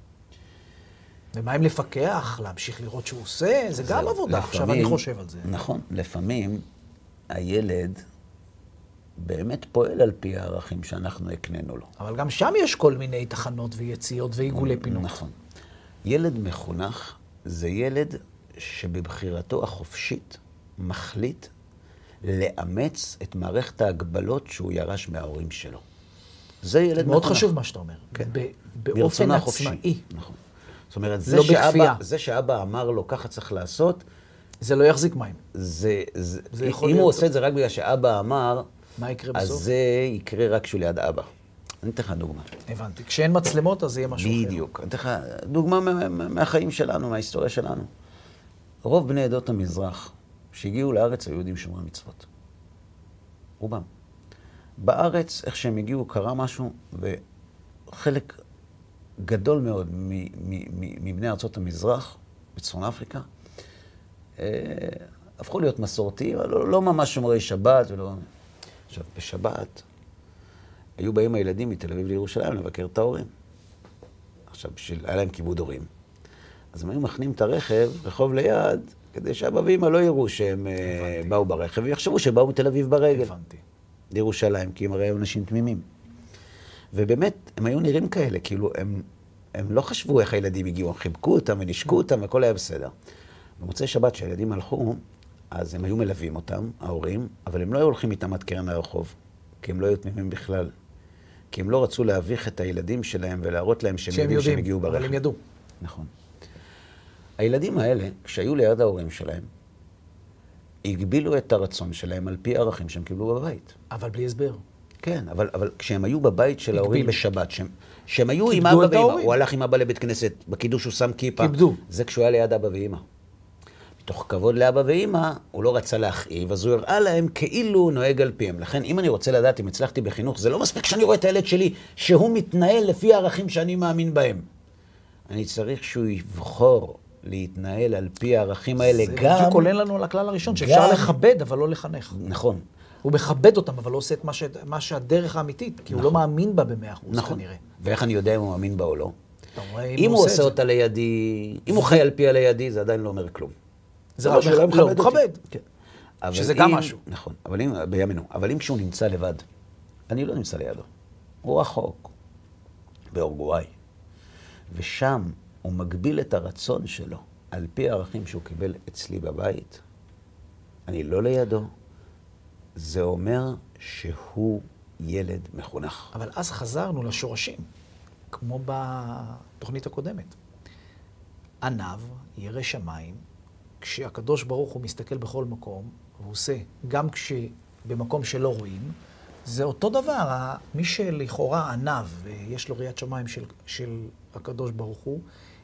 ומה אם לפקח, להמשיך לראות שהוא עושה? זה גם עבודה. עכשיו אני חושב על זה. נכון, לפעמים הילד באמת פועל על פי הערכים שאנחנו הקננו לו. אבל גם שם יש כל מיני תחנות ויציאות ועיגולי פינות. נכון. ילד מחונך זה ילד שבבחירתו החופשית מחליט לאמץ את מערכת ההגבלות שהוא ירש מההורים שלו. זה ילד מחונך. מאוד חשוב מה שאתה אומר. כן. באופן עצמאי. נכון. זאת אומרת, זה שאבא אמר לו ככה צריך לעשות, זה לא יחזיק מים. אם הוא עושה את זה רק בגלל שאבא אמר, מה יקרה בסוף? אז זה יקרה רק כשהוא ליד אבא. אני אתן לך דוגמה. הבנתי. כשאין מצלמות, אז זה יהיה משהו אחר. בדיוק. אני אתן לך דוגמה מהחיים שלנו, מההיסטוריה שלנו. רוב בני עדות המזרח שהגיעו לארץ היו יהודים שומרי מצוות. רובם. בארץ, איך שהם הגיעו, קרה משהו, וחלק גדול מאוד מבני ארצות המזרח, בצפון אפריקה, הפכו להיות מסורתיים, לא ממש שומרי שבת. עכשיו, בשבת היו באים הילדים מתל אביב לירושלים לבקר את ההורים. עכשיו, היה להם כיבוד הורים. אז הם היו מכנים את הרכב, רחוב ליד, כדי שאבא ואמא לא יראו שהם באו ברכב, ויחשבו שבאו מתל אביב ברגל. הבנתי. לירושלים, כי הם הרי היו אנשים תמימים. ובאמת, הם היו נראים כאלה, כאילו, הם לא חשבו איך הילדים הגיעו, הם חיבקו אותם ונשקו אותם, וכל היה בסדר. במוצאי שבת שהילדים הלכו, אז הם היו מלווים אותם, ההורים, אבל הם לא היו הולכים איתם עד קרן הרחוב, כי הם לא היו תמימים בכלל. כי הם לא רצו להביך את הילדים שלהם ולהראות להם שהם יודעים שהם הגיעו ברכב. אבל הם ידעו. נכון. הילדים האלה, כשהיו ליד ההורים שלהם, הגבילו את הרצון שלהם על פי הערכים שהם קיבלו בבית. אבל בלי הסבר. כן, אבל כשהם היו בבית של ההורים בשבת, שהם היו עם כיבדו אבא את ואמא, ההורים. הוא הלך עם אבא לבית כנסת, בקידוש הוא שם כיפה. כיבדו. זה כשהוא היה ליד אבא ואמא. מתוך כבוד לאבא ואמא, הוא לא רצה להכאיב, אז הוא הראה להם כאילו הוא נוהג על פיהם. לכן, אם אני רוצה לדעת אם הצלחתי בחינוך, זה לא מספיק שאני רואה את הילד שלי, שהוא מתנהל לפי הערכים שאני מאמין בהם. אני צריך שהוא יבחור להתנהל על פי הערכים האלה זה גם... בדיוק עולה לנו על הכלל הראשון, שאפשר לכבד, אבל לא לחנך. נכון. הוא מכבד אותם, אבל לא עושה את מה שהדרך האמיתית, כי הוא לא מאמין בה ב100%, נכון. כנראה. ואיך אני יודע אם הוא מאמין בה או לא? אתה רואה אם הוא עושה אותה לידי, אם הוא חי על פי הלידי, זה עדיין לא אומר כלום. זה רק לא, הוא מכבד. כן. שזה גם משהו. נכון, בימינו. אבל אם כשהוא נמצא לבד, אני לא נמצא לידו. הוא רחוק, באורוגוואי. ושם הוא מגביל את הרצון שלו על פי הערכים שהוא קיבל אצלי בבית. אני לא לידו. זה אומר שהוא ילד מחונך. אבל אז חזרנו לשורשים, כמו בתוכנית הקודמת. עניו, ירא שמיים, כשהקדוש ברוך הוא מסתכל בכל מקום, הוא עושה, גם כשבמקום שלא רואים, זה אותו דבר. מי שלכאורה עניו, ויש לו ראיית שמיים של הקדוש ברוך הוא,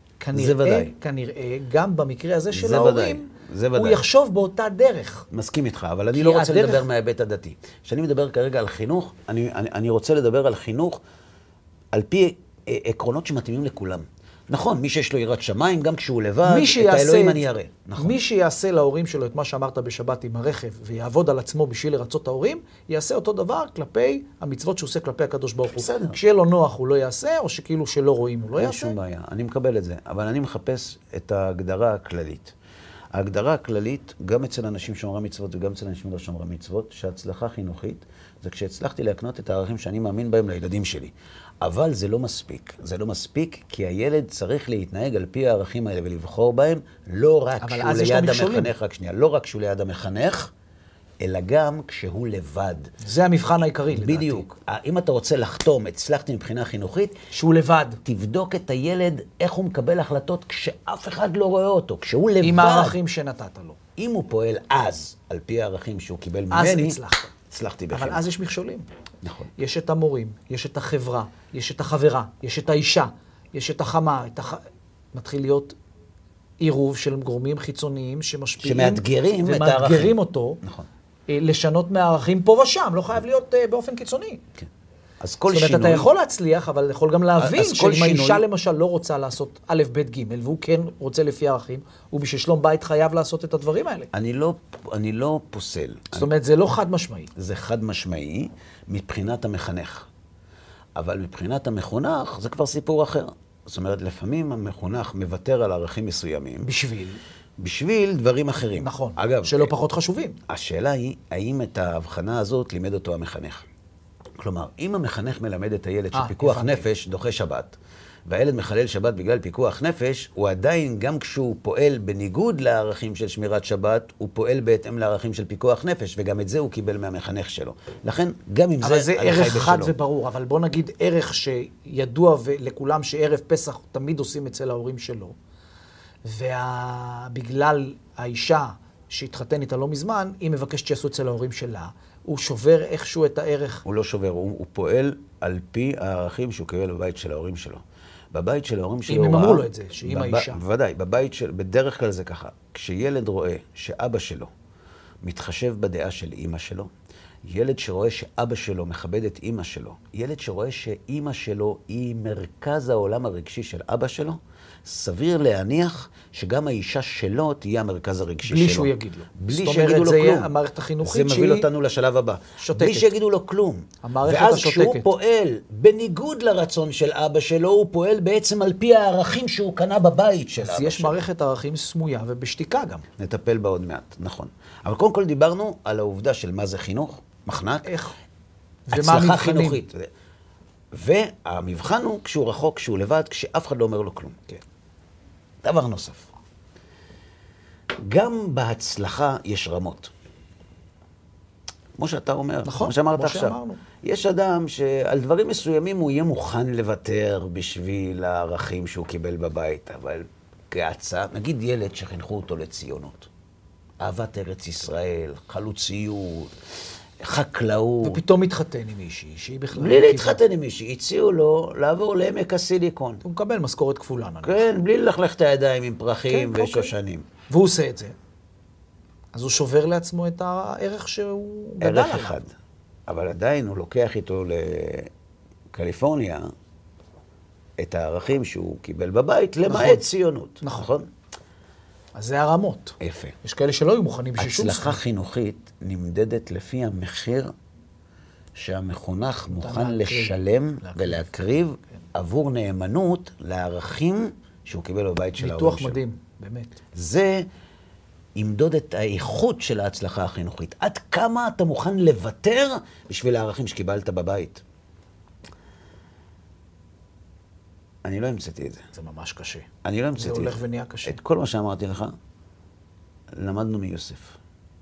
כנראה, גם במקרה הזה של ההורים, הוא יחשוב באותה דרך. מסכים איתך, אבל אני לא רוצה לדבר מההיבט הדתי. כשאני מדבר כרגע על חינוך, אני רוצה לדבר על חינוך על פי עקרונות שמתאימים לכולם. נכון, מי שיש לו יראת שמיים, גם כשהוא לבד, את האלוהים אני אראה. נכון. מי שיעשה להורים שלו את מה שאמרת בשבת עם הרכב, ויעבוד על עצמו בשביל לרצות ההורים, יעשה אותו דבר כלפי המצוות שהוא עושה כלפי הקדוש ברוך הוא. בסדר. כשיהיה לו נוח הוא לא יעשה, או שכאילו שלא רואים הוא לא יעשה. אין שום בעיה, אני מקבל את זה, אבל אני מחפש את ההגדרה הכללית. ההגדרה הכללית, גם אצל אנשים שומרי מצוות וגם אצל אנשים לא שומרי מצוות, שהצלחה חינוכית זה כשהצלחתי להקנות את הערכים שאני מאמין בהם לילדים שלי. אבל זה לא מספיק. זה לא מספיק כי הילד צריך להתנהג על פי הערכים האלה ולבחור בהם, לא רק כשהוא ליד המחנך, רק שנייה, לא רק כשהוא ליד המחנך, אלא גם כשהוא לבד. זה המבחן העיקרי, לדעתי. בדיוק. אם אתה רוצה לחתום, הצלחתי מבחינה חינוכית, שהוא לבד. תבדוק את הילד, איך הוא מקבל החלטות כשאף אחד לא רואה אותו, כשהוא לבד. עם הערכים שנתת לו. אם הוא פועל אז, על פי הערכים שהוא קיבל ממני, אז הצלחת. הצלחתי בחינוך. אבל אז יש מכשולים. נכון. יש את המורים, יש את החברה, יש את החברה, יש את האישה, יש את החמה, מתחיל להיות עירוב של גורמים חיצוניים שמשפיעים. שמאתגרים את הערכים. ומאתגרים אותו. נכון. לשנות מהערכים פה ושם, לא חייב להיות באופן קיצוני. כן. אז כל זאת אומרת, שינוי... אתה יכול להצליח, אבל יכול גם להבין שאם האישה למשל לא רוצה לעשות א', ב', ג', והוא כן רוצה לפי הערכים, הוא בשביל שלום בית חייב לעשות את הדברים האלה. אני לא פוסל. זאת אומרת, זה לא חד משמעי. זה חד משמעי מבחינת המחנך. אבל מבחינת המחונך זה כבר סיפור אחר. זאת אומרת, לפעמים המחונך מוותר על ערכים מסוימים. בשביל דברים אחרים. נכון, אגב, שלא פחות חשובים. השאלה היא, האם את ההבחנה הזאת לימד אותו המחנך? כלומר, אם המחנך מלמד את הילד שפיקוח נפש דוחה שבת, והילד מחלל שבת בגלל פיקוח נפש, הוא עדיין, גם כשהוא פועל בניגוד לערכים של שמירת שבת, הוא פועל בהתאם לערכים של פיקוח נפש, וגם את זה הוא קיבל מהמחנך שלו. לכן, גם אם אבל זה ערך חד וברור, אבל בוא נגיד ערך שידוע לכולם שערב פסח תמיד עושים אצל ההורים שלו, ובגלל האישה שהתחתן איתה לא מזמן, היא מבקשת שיעשו אצל ההורים שלה, הוא שובר איכשהו את הערך. הוא לא שובר, הוא פועל על פי הערכים שהוא קיבל בבית של ההורים שלו. בבית של ההורים שלו... אם הם אמרו לו את זה, שאם האישה. בוודאי, בדרך כלל זה ככה. כשילד רואה שאבא שלו מתחשב בדעה של אמא שלו, ילד שרואה שאבא שלו מכבד את אמא שלו, ילד שרואה שאמא שלו היא מרכז העולם הרגשי של אבא שלו, סביר להניח שגם האישה שלו תהיה המרכז הרגשי שלו. בלי שהוא יגיד לו. בלי שיגידו לו זה כלום. יהיה המערכת החינוכית זה מביא אותנו לשלב הבא. שותקת. בלי שיגידו לו כלום. המערכת ואז השותקת. כשהוא פועל בניגוד לרצון של אבא שלו, הוא פועל בעצם על פי הערכים שהוא קנה בבית של אבא שלו. אז יש מערכת ערכים סמויה ובשתיקה גם. נטפל בה עוד מעט, נכון. אבל קודם כל דיברנו על העובדה של מה זה חינוך, מחנק, איך? הצלחה חינוכית. והמבחן הוא כשהוא רחוק, כשהוא לבד, כשאף אחד לא אומר לו כלום. כן. דבר נוסף. גם בהצלחה יש רמות. כמו שאתה אומר, נכון, כמו שאמרת כמו עכשיו. שאמרנו. יש אדם שעל דברים מסוימים הוא יהיה מוכן לוותר בשביל הערכים שהוא קיבל בבית, אבל כהצעה, נגיד ילד שחינכו אותו לציונות. אהבת ארץ ישראל, חלוציות, חקלאות. ופתאום מתחתן עם מישהי, שהיא בכלל... בלי להתחתן עם מישהי, הציעו לו לעבור לעמק הסיליקון. הוא מקבל משכורת כפולה, נניח. כן, בלי ללכלך את הידיים עם פרחים כן, ושושנים. והוא עושה את זה. אז הוא שובר לעצמו את הערך שהוא גדל עליו. ערך אחד. אבל עדיין הוא לוקח איתו לקליפורניה את הערכים שהוא קיבל בבית, למעט ציונות. נכון. אז זה הרמות. יפה. יש כאלה שלא היו מוכנים בשביל שום הצלחה חינוכית נמדדת לפי המחיר שהמחונך מוכן לשלם ולהקריב עבור נאמנות לערכים שהוא קיבל בבית של ההורים שלו. ניתוח מדהים, באמת. זה ימדוד את האיכות של ההצלחה החינוכית. עד כמה אתה מוכן לוותר בשביל הערכים שקיבלת בבית. אני לא המצאתי את זה. זה ממש קשה. אני לא המצאתי את זה. זה הולך ונהיה קשה. את כל מה שאמרתי לך, למדנו מיוסף.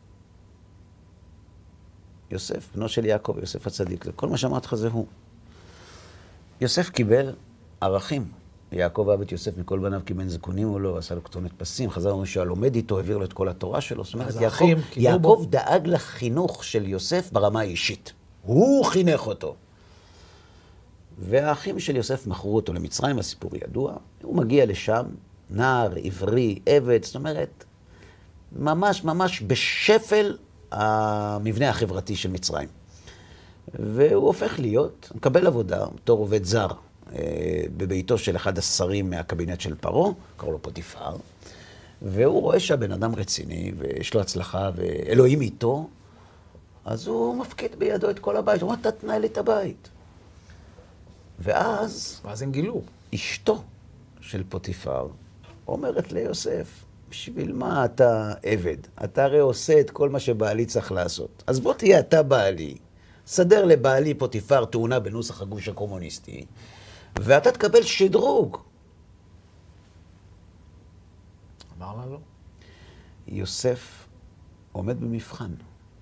יוסף, בנו של יעקב, יוסף הצדיק. כל מה שאמרתי לך זה הוא. יוסף קיבל ערכים. יעקב אהב את יוסף מכל בניו כי בן זקונים הוא לא, עשה לו כתונת פסים, חזר לנו שהלומד איתו, העביר לו את כל התורה שלו. זאת אומרת, יעקב דאג לחינוך של יוסף ברמה האישית. הוא חינך אותו. והאחים של יוסף מכרו אותו למצרים, הסיפור ידוע. הוא מגיע לשם, נער, עברי, עבד, זאת אומרת, ממש בשפל המבנה החברתי של מצרים. והוא הופך להיות, מקבל עבודה בתור עובד זר בביתו של אחד השרים מהקבינט של פרעה, קראו לו פוטיפר, והוא רואה שהבן אדם רציני ויש לו הצלחה ואלוהים איתו, אז הוא מפקיד בידו את כל הבית, הוא אומר, אתה תנהל את הבית. ואז הם גילו. אשתו של פוטיפר אומרת ליוסף, בשביל מה אתה עבד? אתה הרי עושה את כל מה שבעלי צריך לעשות. אז בוא תהיה אתה בעלי, סדר לבעלי פוטיפר תאונה בנוסח הגוש הקומוניסטי, ואתה תקבל שדרוג. אמר לה לא. יוסף עומד במבחן.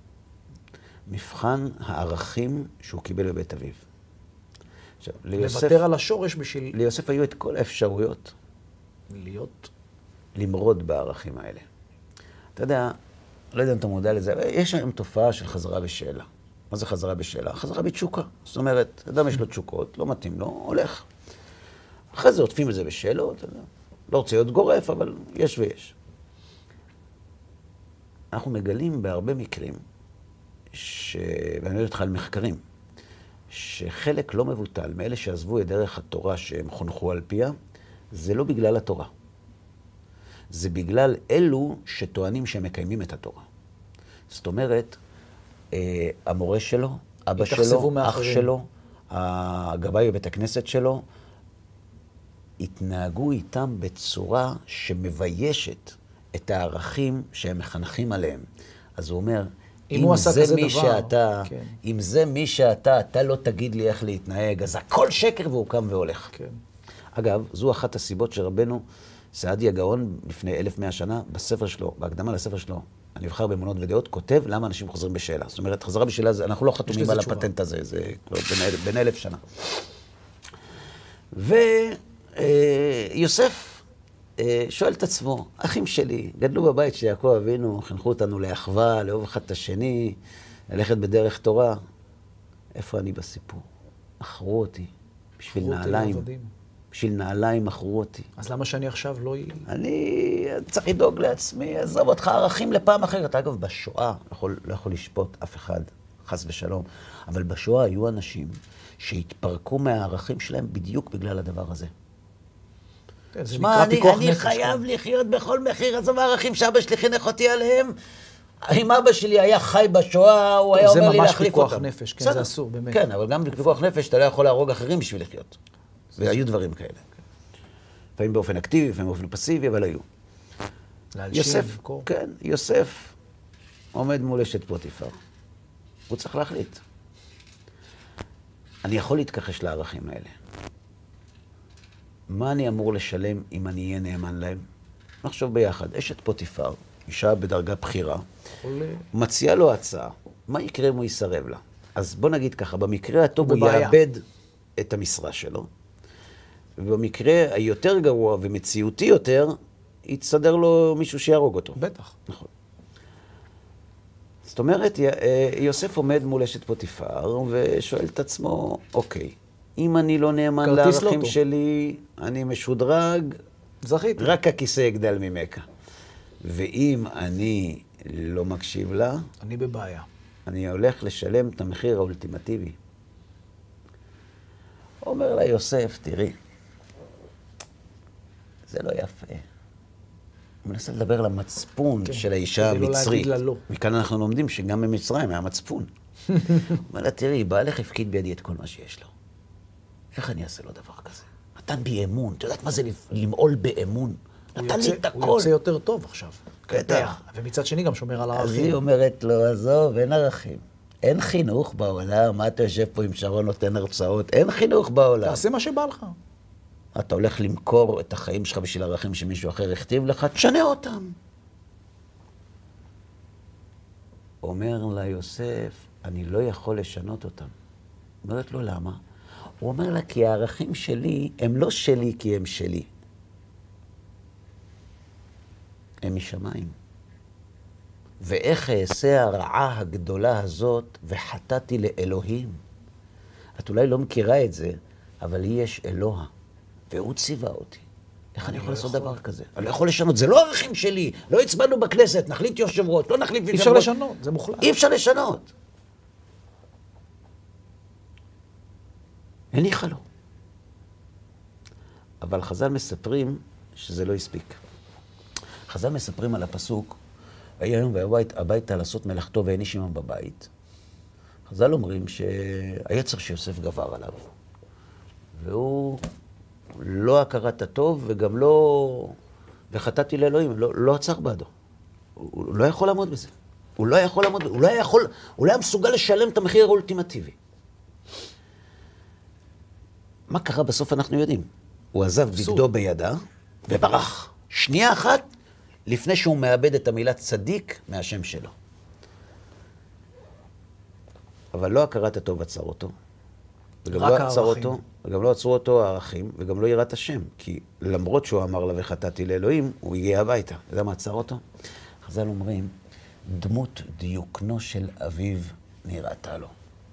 מבחן הערכים שהוא קיבל בבית אביו. עכשיו, לוותר על השורש בשביל... ליוסף היו את כל האפשרויות. למרוד בערכים האלה. אתה יודע, לא יודע אם אתה מודע לזה, אבל יש היום תופעה של חזרה בשאלה. מה זה חזרה בשאלה? חזרה בתשוקה. זאת אומרת, אדם יש לו תשוקות, לא מתאים לו, הולך. אחרי זה עוטפים את זה בשאלות, אתה יודע. לא רוצה להיות גורף, אבל יש ויש. אנחנו מגלים בהרבה מקרים, ואני יודע אותך על מחקרים, שחלק לא מבוטל מאלה שעזבו את דרך התורה שהם חונכו על פיה, זה לא בגלל התורה. זה בגלל אלו שטוענים שהם מקיימים את התורה. זאת אומרת, המורה שלו, אבא שלו, אח שלו, הגבאי בבית הכנסת שלו, התנהגו איתם בצורה שמביישת את הערכים שהם מחנכים עליהם. אז הוא אומר, אם זה מי שאתה, אתה לא תגיד לי איך להתנהג, אז הכל שקר והוא קם והולך. כן. אגב, זו אחת הסיבות שרבנו סעדיה גאון לפני 1100 שנה, בספר שלו, בהקדמה לספר שלו, הנבחר באמונות ודעות, כותב למה אנשים חוזרים בשאלה. זאת אומרת, חזרה בשאלה, אנחנו לא חתומים על הפטנט הזה, זה בין 1000 שנה. ויוסף שואל את עצמו, אחים שלי, גדלו בבית של יעקב אבינו, חינכו אותנו לאחווה, לאהוב אחד את השני, ללכת בדרך תורה. איפה אני בסיפור? מכרו אותי בשביל נעליים. בשביל נעליים מכרו אותי. אז למה שאני עכשיו לא... אני צריך לדאוג לעצמי, עזוב אותך ערכים לפעם אחרת. אגב, בשואה, לא יכול לשפוט אף אחד, חס ושלום, אבל בשואה היו אנשים שהתפרקו מהערכים שלהם בדיוק בגלל הדבר הזה. שמע, אני חייב לחיות בכל מחיר, עזוב הערכים שאבא שלי חינך אותי עליהם. אם אבא שלי היה חי בשואה, הוא היה אומר לי להחליף אותם. זה ממש פיקוח נפש, כן, זה אסור, באמת. כן, אבל גם בפיקוח נפש אתה לא יכול להרוג אחרים בשביל לחיות. והיו דברים כאלה. לפעמים באופן אקטיבי, לפעמים באופן פסיבי, אבל היו. יוסף, כן, יוסף עומד מול אשת פוטיפר. הוא צריך להחליט. אני יכול להתכחש לערכים האלה. מה אני אמור לשלם אם אני אהיה נאמן להם? נחשוב ביחד. אשת פוטיפר, אישה בדרגה בחירה, מציעה לו הצעה. מה יקרה אם הוא יסרב לה? אז בוא נגיד ככה, במקרה הטוב הוא יאבד את המשרה שלו, ובמקרה היותר גרוע ומציאותי יותר, יתסדר לו מישהו שיהרוג אותו. בטח. נכון. זאת אומרת, יוסף עומד מול אשת פוטיפר ושואל את עצמו, אוקיי, אם אני לא נאמן לערכים שלי, אני משודרג, זכיתי. רק הכיסא יגדל ממכה. ואם אני לא מקשיב לה, אני בבעיה. אני הולך לשלם את המחיר האולטימטיבי. אומר לה יוסף, תראי, זה לא יפה. הוא מנסה לדבר למצפון של האישה המצרית. מכאן אנחנו לומדים שגם במצרים היה מצפון. הוא אומר לה, תראי, בעלך הפקיד בידי את כל מה שיש לו. איך אני אעשה לו דבר כזה? נתן בי אמון. אתה יודעת מה זה למעול באמון? נתן לי את הכל. הוא יוצא יותר טוב עכשיו. בטח. ומצד שני גם שומר על הערכים. אז היא אומרת לו, עזוב, אין ערכים. אין חינוך בעולם. מה אתה יושב פה עם שרון נותן הרצאות? אין חינוך בעולם. תעשה מה שבא לך. אתה הולך למכור את החיים שלך בשביל ערכים שמישהו אחר הכתיב לך, תשנה אותם. אומר לה יוסף, אני לא יכול לשנות אותם. אומרת לו, למה? הוא אומר לה, כי הערכים שלי הם לא שלי כי הם שלי. הם משמיים. ואיך אעשה הרעה הגדולה הזאת וחטאתי לאלוהים. את אולי לא מכירה את זה, אבל לי יש אלוה. והוא ציווה אותי. איך אני יכול לעשות דבר כזה? אני לא יכול לשנות, זה לא ערכים שלי. לא הצבענו בכנסת, נחליט יושב ראש, לא נחליט יושב ראש. אי אפשר לשנות, זה מוחלט. אי אפשר לשנות. הניחה לו. אבל חז"ל מספרים שזה לא הספיק. חז"ל מספרים על הפסוק, היה היום הביתה לעשות מלאכתו והניש עמם בבית. חז"ל אומרים שהיצר שיוסף גבר עליו. והוא לא הכרת הטוב וגם לא... וחטאתי לאלוהים, לא עצר בעדו. הוא לא יכול לעמוד בזה. הוא לא יכול לעמוד בזה. הוא לא היה מסוגל לשלם את המחיר האולטימטיבי. מה קרה בסוף אנחנו יודעים. הוא עזב בגדו בידה וברח. שנייה אחת לפני שהוא מאבד את המילה צדיק מהשם שלו. אבל לא הכרת הטוב עצר אותו. וגם לא עצר אותו, וגם לא עצרו אותו הערכים, וגם לא יראת השם. כי למרות שהוא אמר לה וחטאתי לאלוהים, הוא הגיע הביתה. אתה מה עצר אותו? חז"ל אומרים, דמות דיוקנו של אביו נראתה לו.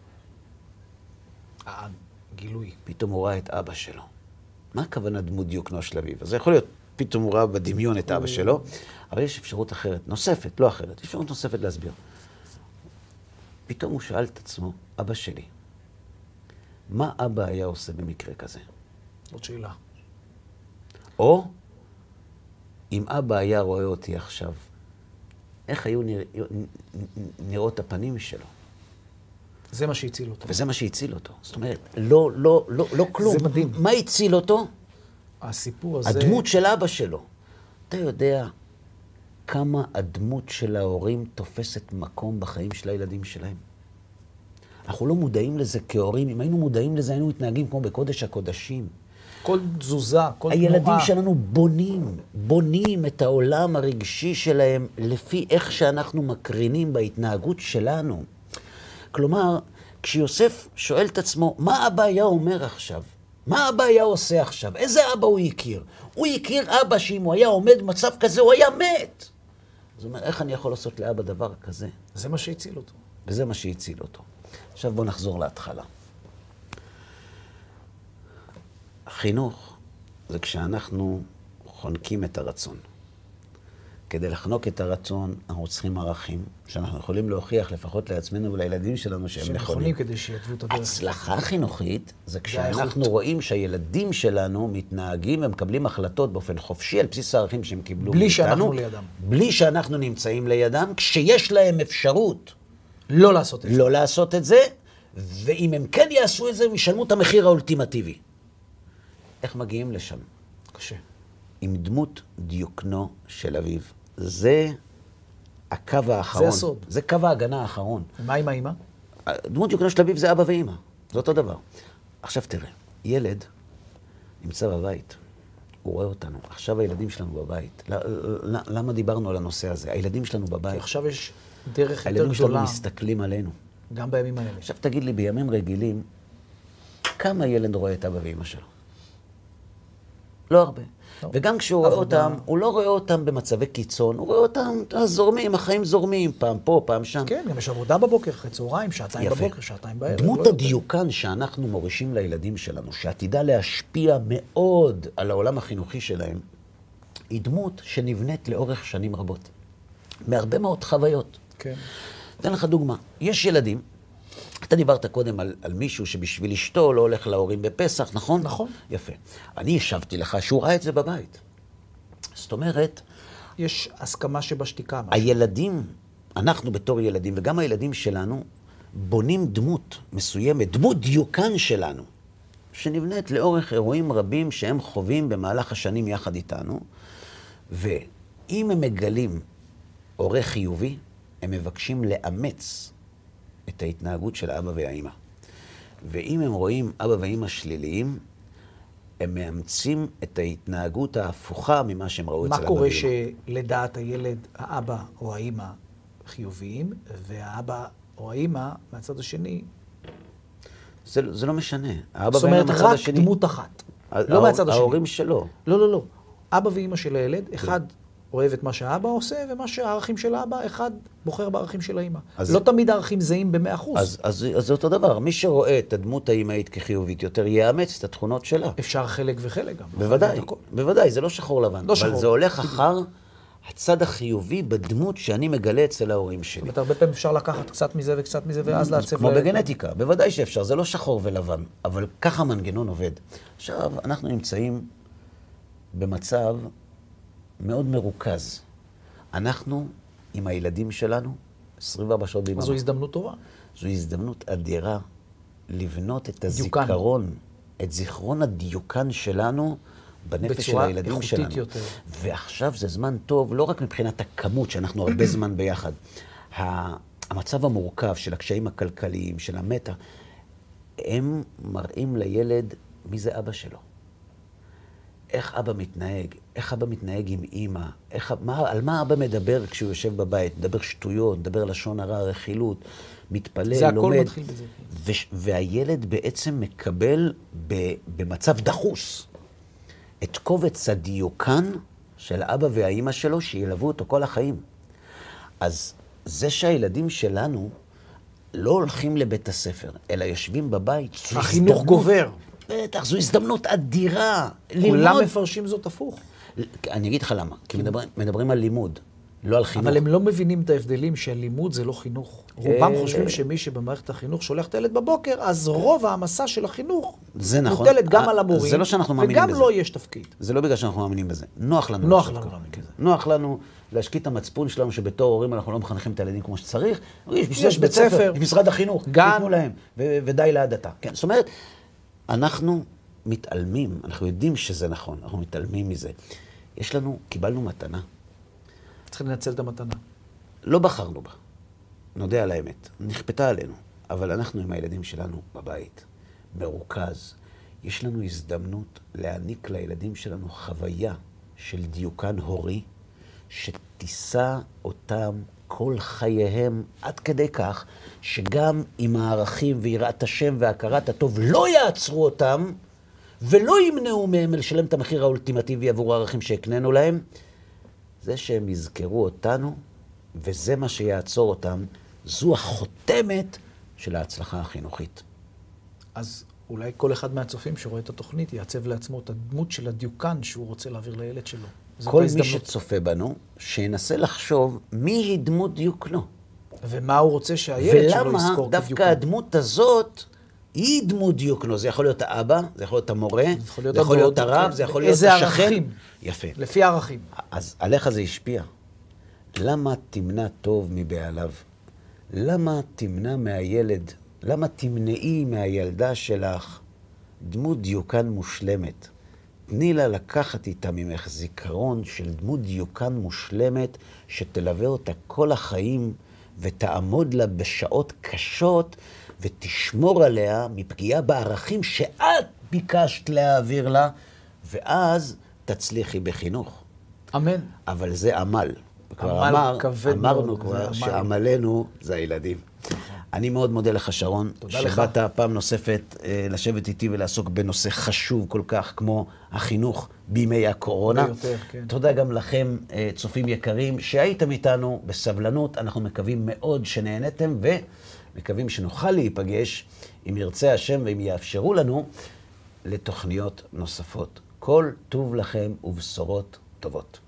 גילוי. פתאום הוא ראה את אבא שלו. מה הכוונה דמות דיוקנו של אביו? אז זה יכול להיות, פתאום הוא ראה בדמיון את אבא שלו, אבל יש אפשרות אחרת, נוספת, לא אחרת, יש אפשרות נוספת להסביר. פתאום הוא שאל את עצמו, אבא שלי, מה אבא היה עושה במקרה כזה? זאת שאלה. או, אם אבא היה רואה אותי עכשיו, איך היו נראות הפנים שלו? זה מה שהציל אותו. וזה מה שהציל אותו. זאת אומרת, לא כלום. זה מדהים. מה הציל אותו? הסיפור הזה... הדמות של אבא שלו. אתה יודע כמה הדמות של ההורים תופסת מקום בחיים של הילדים שלהם? אנחנו לא מודעים לזה כהורים. אם היינו מודעים לזה, היינו מתנהגים כמו בקודש הקודשים. כל תזוזה, כל תנועה. הילדים שלנו בונים את העולם הרגשי שלהם לפי איך שאנחנו מקרינים בהתנהגות שלנו. כלומר, כשיוסף שואל את עצמו, מה אבא היה אומר עכשיו? מה אבא היה עושה עכשיו? איזה אבא הוא הכיר? הוא הכיר אבא שאם הוא היה עומד במצב כזה, הוא היה מת. אז הוא אומר, איך אני יכול לעשות לאבא דבר כזה? זה מה שהציל אותו. וזה מה שהציל אותו. עכשיו בואו נחזור להתחלה. החינוך זה כשאנחנו חונקים את הרצון. כדי לחנוק את הרצון, אנחנו צריכים ערכים, שאנחנו יכולים להוכיח לפחות לעצמנו ולילדים שלנו שהם נכונים. כדי שיתוו את הדרך. הצלחה חינוכית זה כשאנחנו רואים שהילדים שלנו מתנהגים ומקבלים החלטות באופן חופשי על בסיס הערכים שהם קיבלו מאיתנו. בלי שאנחנו לידם. בלי שאנחנו נמצאים לידם, כשיש להם אפשרות לא לעשות את זה. לא לעשות את זה, ואם הם כן יעשו את זה, הם ישלמו את המחיר האולטימטיבי. איך מגיעים לשם? קשה. עם דמות דיוקנו של אביו. זה הקו האחרון. זה הסוד. זה קו ההגנה האחרון. ומה עם האמא? דמות דיוקנו של אביו זה אבא ואמא. זה אותו דבר. עכשיו תראה, ילד נמצא בבית. הוא רואה אותנו. עכשיו הילדים שלנו בבית. למה דיברנו על הנושא הזה? הילדים שלנו בבית. כי עכשיו יש דרך יותר גדולה. הילדים שלנו מסתכלים עלינו. גם בימים האלה. עכשיו תגיד לי, בימים רגילים, כמה ילד רואה את אבא ואמא שלו? לא הרבה. לא. וגם כשהוא רואה אותם, הוא לא רואה אותם במצבי קיצון, הוא רואה אותם זורמים, החיים זורמים, פעם פה, פעם שם. כן, גם יש עבודה בבוקר, אחרי צהריים, שעתיים בבוקר, שעתיים בערב. דמות הדיוקן שאנחנו מורישים לילדים שלנו, שעתידה להשפיע מאוד על העולם החינוכי שלהם, היא דמות שנבנית לאורך שנים רבות. מהרבה מאוד חוויות. כן. אתן לך דוגמה. יש ילדים, אתה דיברת קודם על מישהו שבשביל אשתו לא הולך להורים בפסח, נכון? נכון. יפה. אני השבתי לך שהוא ראה את זה בבית. זאת אומרת, יש הסכמה שבשתיקה. הילדים, אנחנו בתור ילדים, וגם הילדים שלנו, בונים דמות מסוימת, דמות דיוקן שלנו, שנבנית לאורך אירועים רבים שהם חווים במהלך השנים יחד איתנו, ואם הם מגלים הורה חיובי, הם מבקשים לאמץ את ההתנהגות של האבא והאמא. ואם הם רואים אבא ואמא שליליים, הם מאמצים את ההתנהגות ההפוכה ממה שהם ראו אצל אבא ואמא. מה קורה שלדעת הילד, האבא או האמא חיוביים, והאבא או האמא מהצד השני? זה לא משנה. זאת אומרת, רק דמות אחת. לא מהצד השני. ההורים שלו. לא. אבא ואמא של הילד, אחד אוהב את מה שהאבא עושה, ומה שהערכים של האבא, אחד בוחר בערכים של האמא. לא תמיד הערכים זהים ב100%. אז זה אותו דבר. מי שרואה את הדמות האמאית כחיובית יותר, יאמץ את התכונות שלה. אפשר חלק וחלק גם. בוודאי, זה לא שחור לבן. לא שחור. אבל זה הולך אחר הצד החיובי בדמות שאני מגלה אצל ההורים שלי. זאת אומרת, הרבה פעמים אפשר לקחת קצת מזה וקצת מזה, ואז לעצב... כמו בגנטיקה, בוודאי שאפשר. זה לא שחור ולבן, אבל ככה המנגנון עובד. עכשיו, אנחנו נמצאים במצב מאוד מרוכז. אנחנו עם הילדים שלנו 24 שעות ביממה. זו הזדמנות טובה. זו הזדמנות אדירה לבנות את הזיכרון, את זיכרון הדיוקן שלנו בנפש של הילדים שלנו. בצורה איכותית יותר. ועכשיו זה זמן טוב, לא רק מבחינת הכמות שאנחנו הרבה זמן ביחד. המצב המורכב של הקשיים הכלכליים, של המטה, הם מראים לילד מי זה אבא שלו. איך אבא מתנהג, איך אבא מתנהג עם אמא, על מה אבא מדבר כשהוא יושב בבית, מדבר שטויות, מדבר לשון הרע, רכילות, מתפלל, זה לומד. הכל מתחיל בזה. והילד בעצם מקבל במצב דחוס את קובץ הדיוקן של אבא והאמא שלו, שילוו אותו כל החיים. אז זה שהילדים שלנו לא הולכים לבית הספר, אלא יושבים בבית, החינוך גובר. בטח, זו הזדמנות אדירה. כולם מפרשים זאת הפוך. אני אגיד לך למה. כי מדברים על לימוד, לא על חינוך. אבל הם לא מבינים את ההבדלים שהלימוד זה לא חינוך. רובם חושבים שמי שבמערכת החינוך שולח את הילד בבוקר, אז רוב העמסה של החינוך מוטלת גם על המורים, זה לא שאנחנו מאמינים בזה. וגם לא יש תפקיד. זה לא בגלל שאנחנו מאמינים בזה. נוח לנו. נוח לנו להשקיט את המצפון שלנו שבתור הורים אנחנו לא מחנכים את הילדים כמו שצריך. יש בית ספר, יש משרד החינוך, תיתנו להם, ודי להדתה. זאת אומרת, אנחנו מתעלמים, אנחנו יודעים שזה נכון, אנחנו מתעלמים מזה. קיבלנו מתנה. צריך לנצל את המתנה. לא בחרנו בה, נודה על האמת, נכפתה עלינו, אבל אנחנו עם הילדים שלנו בבית, מרוכז. יש לנו הזדמנות להעניק לילדים שלנו חוויה של דיוקן הורי, שתישא אותם כל חייהם עד כדי כך, שגם עם הערכים ויראת השם והכרת הטוב לא יעצרו אותם, ולא ימנעו מהם לשלם את המחיר האולטימטיבי עבור הערכים שהקננו להם. זה שהם יזכרו אותנו, וזה מה שיעצור אותם, זו החותמת של ההצלחה החינוכית. אז אולי כל אחד מהצופים שרואה את התוכנית יעצב לעצמו את הדמות של הדיוקן שהוא רוצה להעביר לילד שלו. כל מי שצופה בנו, שינסה לחשוב מי היא דמות דיוקנו. ומה הוא רוצה שהילד שלו יזכור כדיוקנו. ולמה דווקא הדמות הזאת היא דמות דיוקנו. זה יכול להיות האבא, זה יכול להיות המורה, זה יכול להיות הרב, זה יכול להיות השכן. איזה ערכים? יפה. לפי הערכים. אז עליך זה השפיע. למה תמנע טוב מבעליו? למה תמנע מהילד? למה תמנעי מהילדה שלך דמות דיוקן מושלמת? תני לה לקחת איתה ממך זיכרון של דמות דיוקן מושלמת שתלווה אותה כל החיים ותעמוד לה בשעות קשות ותשמור עליה מפגיעה בערכים שאת ביקשת להעביר לה, ואז תצליחי בחינוך. אמן. אבל זה עמל. עמל כבד מאוד. אמרנו כבר שעמלנו זה הילדים. אני מאוד מודה לך, שרון. תודה לך. שבאת פעם נוספת לשבת איתי ולעסוק בנושא חשוב כל כך, כמו החינוך בימי הקורונה. ביותר, כן. תודה גם לכם, צופים יקרים, שהייתם איתנו בסבלנות. אנחנו מקווים מאוד שנהנתם, ומקווים שנוכל להיפגש, אם ירצה השם ואם יאפשרו לנו, לתוכניות נוספות. כל טוב לכם ובשורות טובות.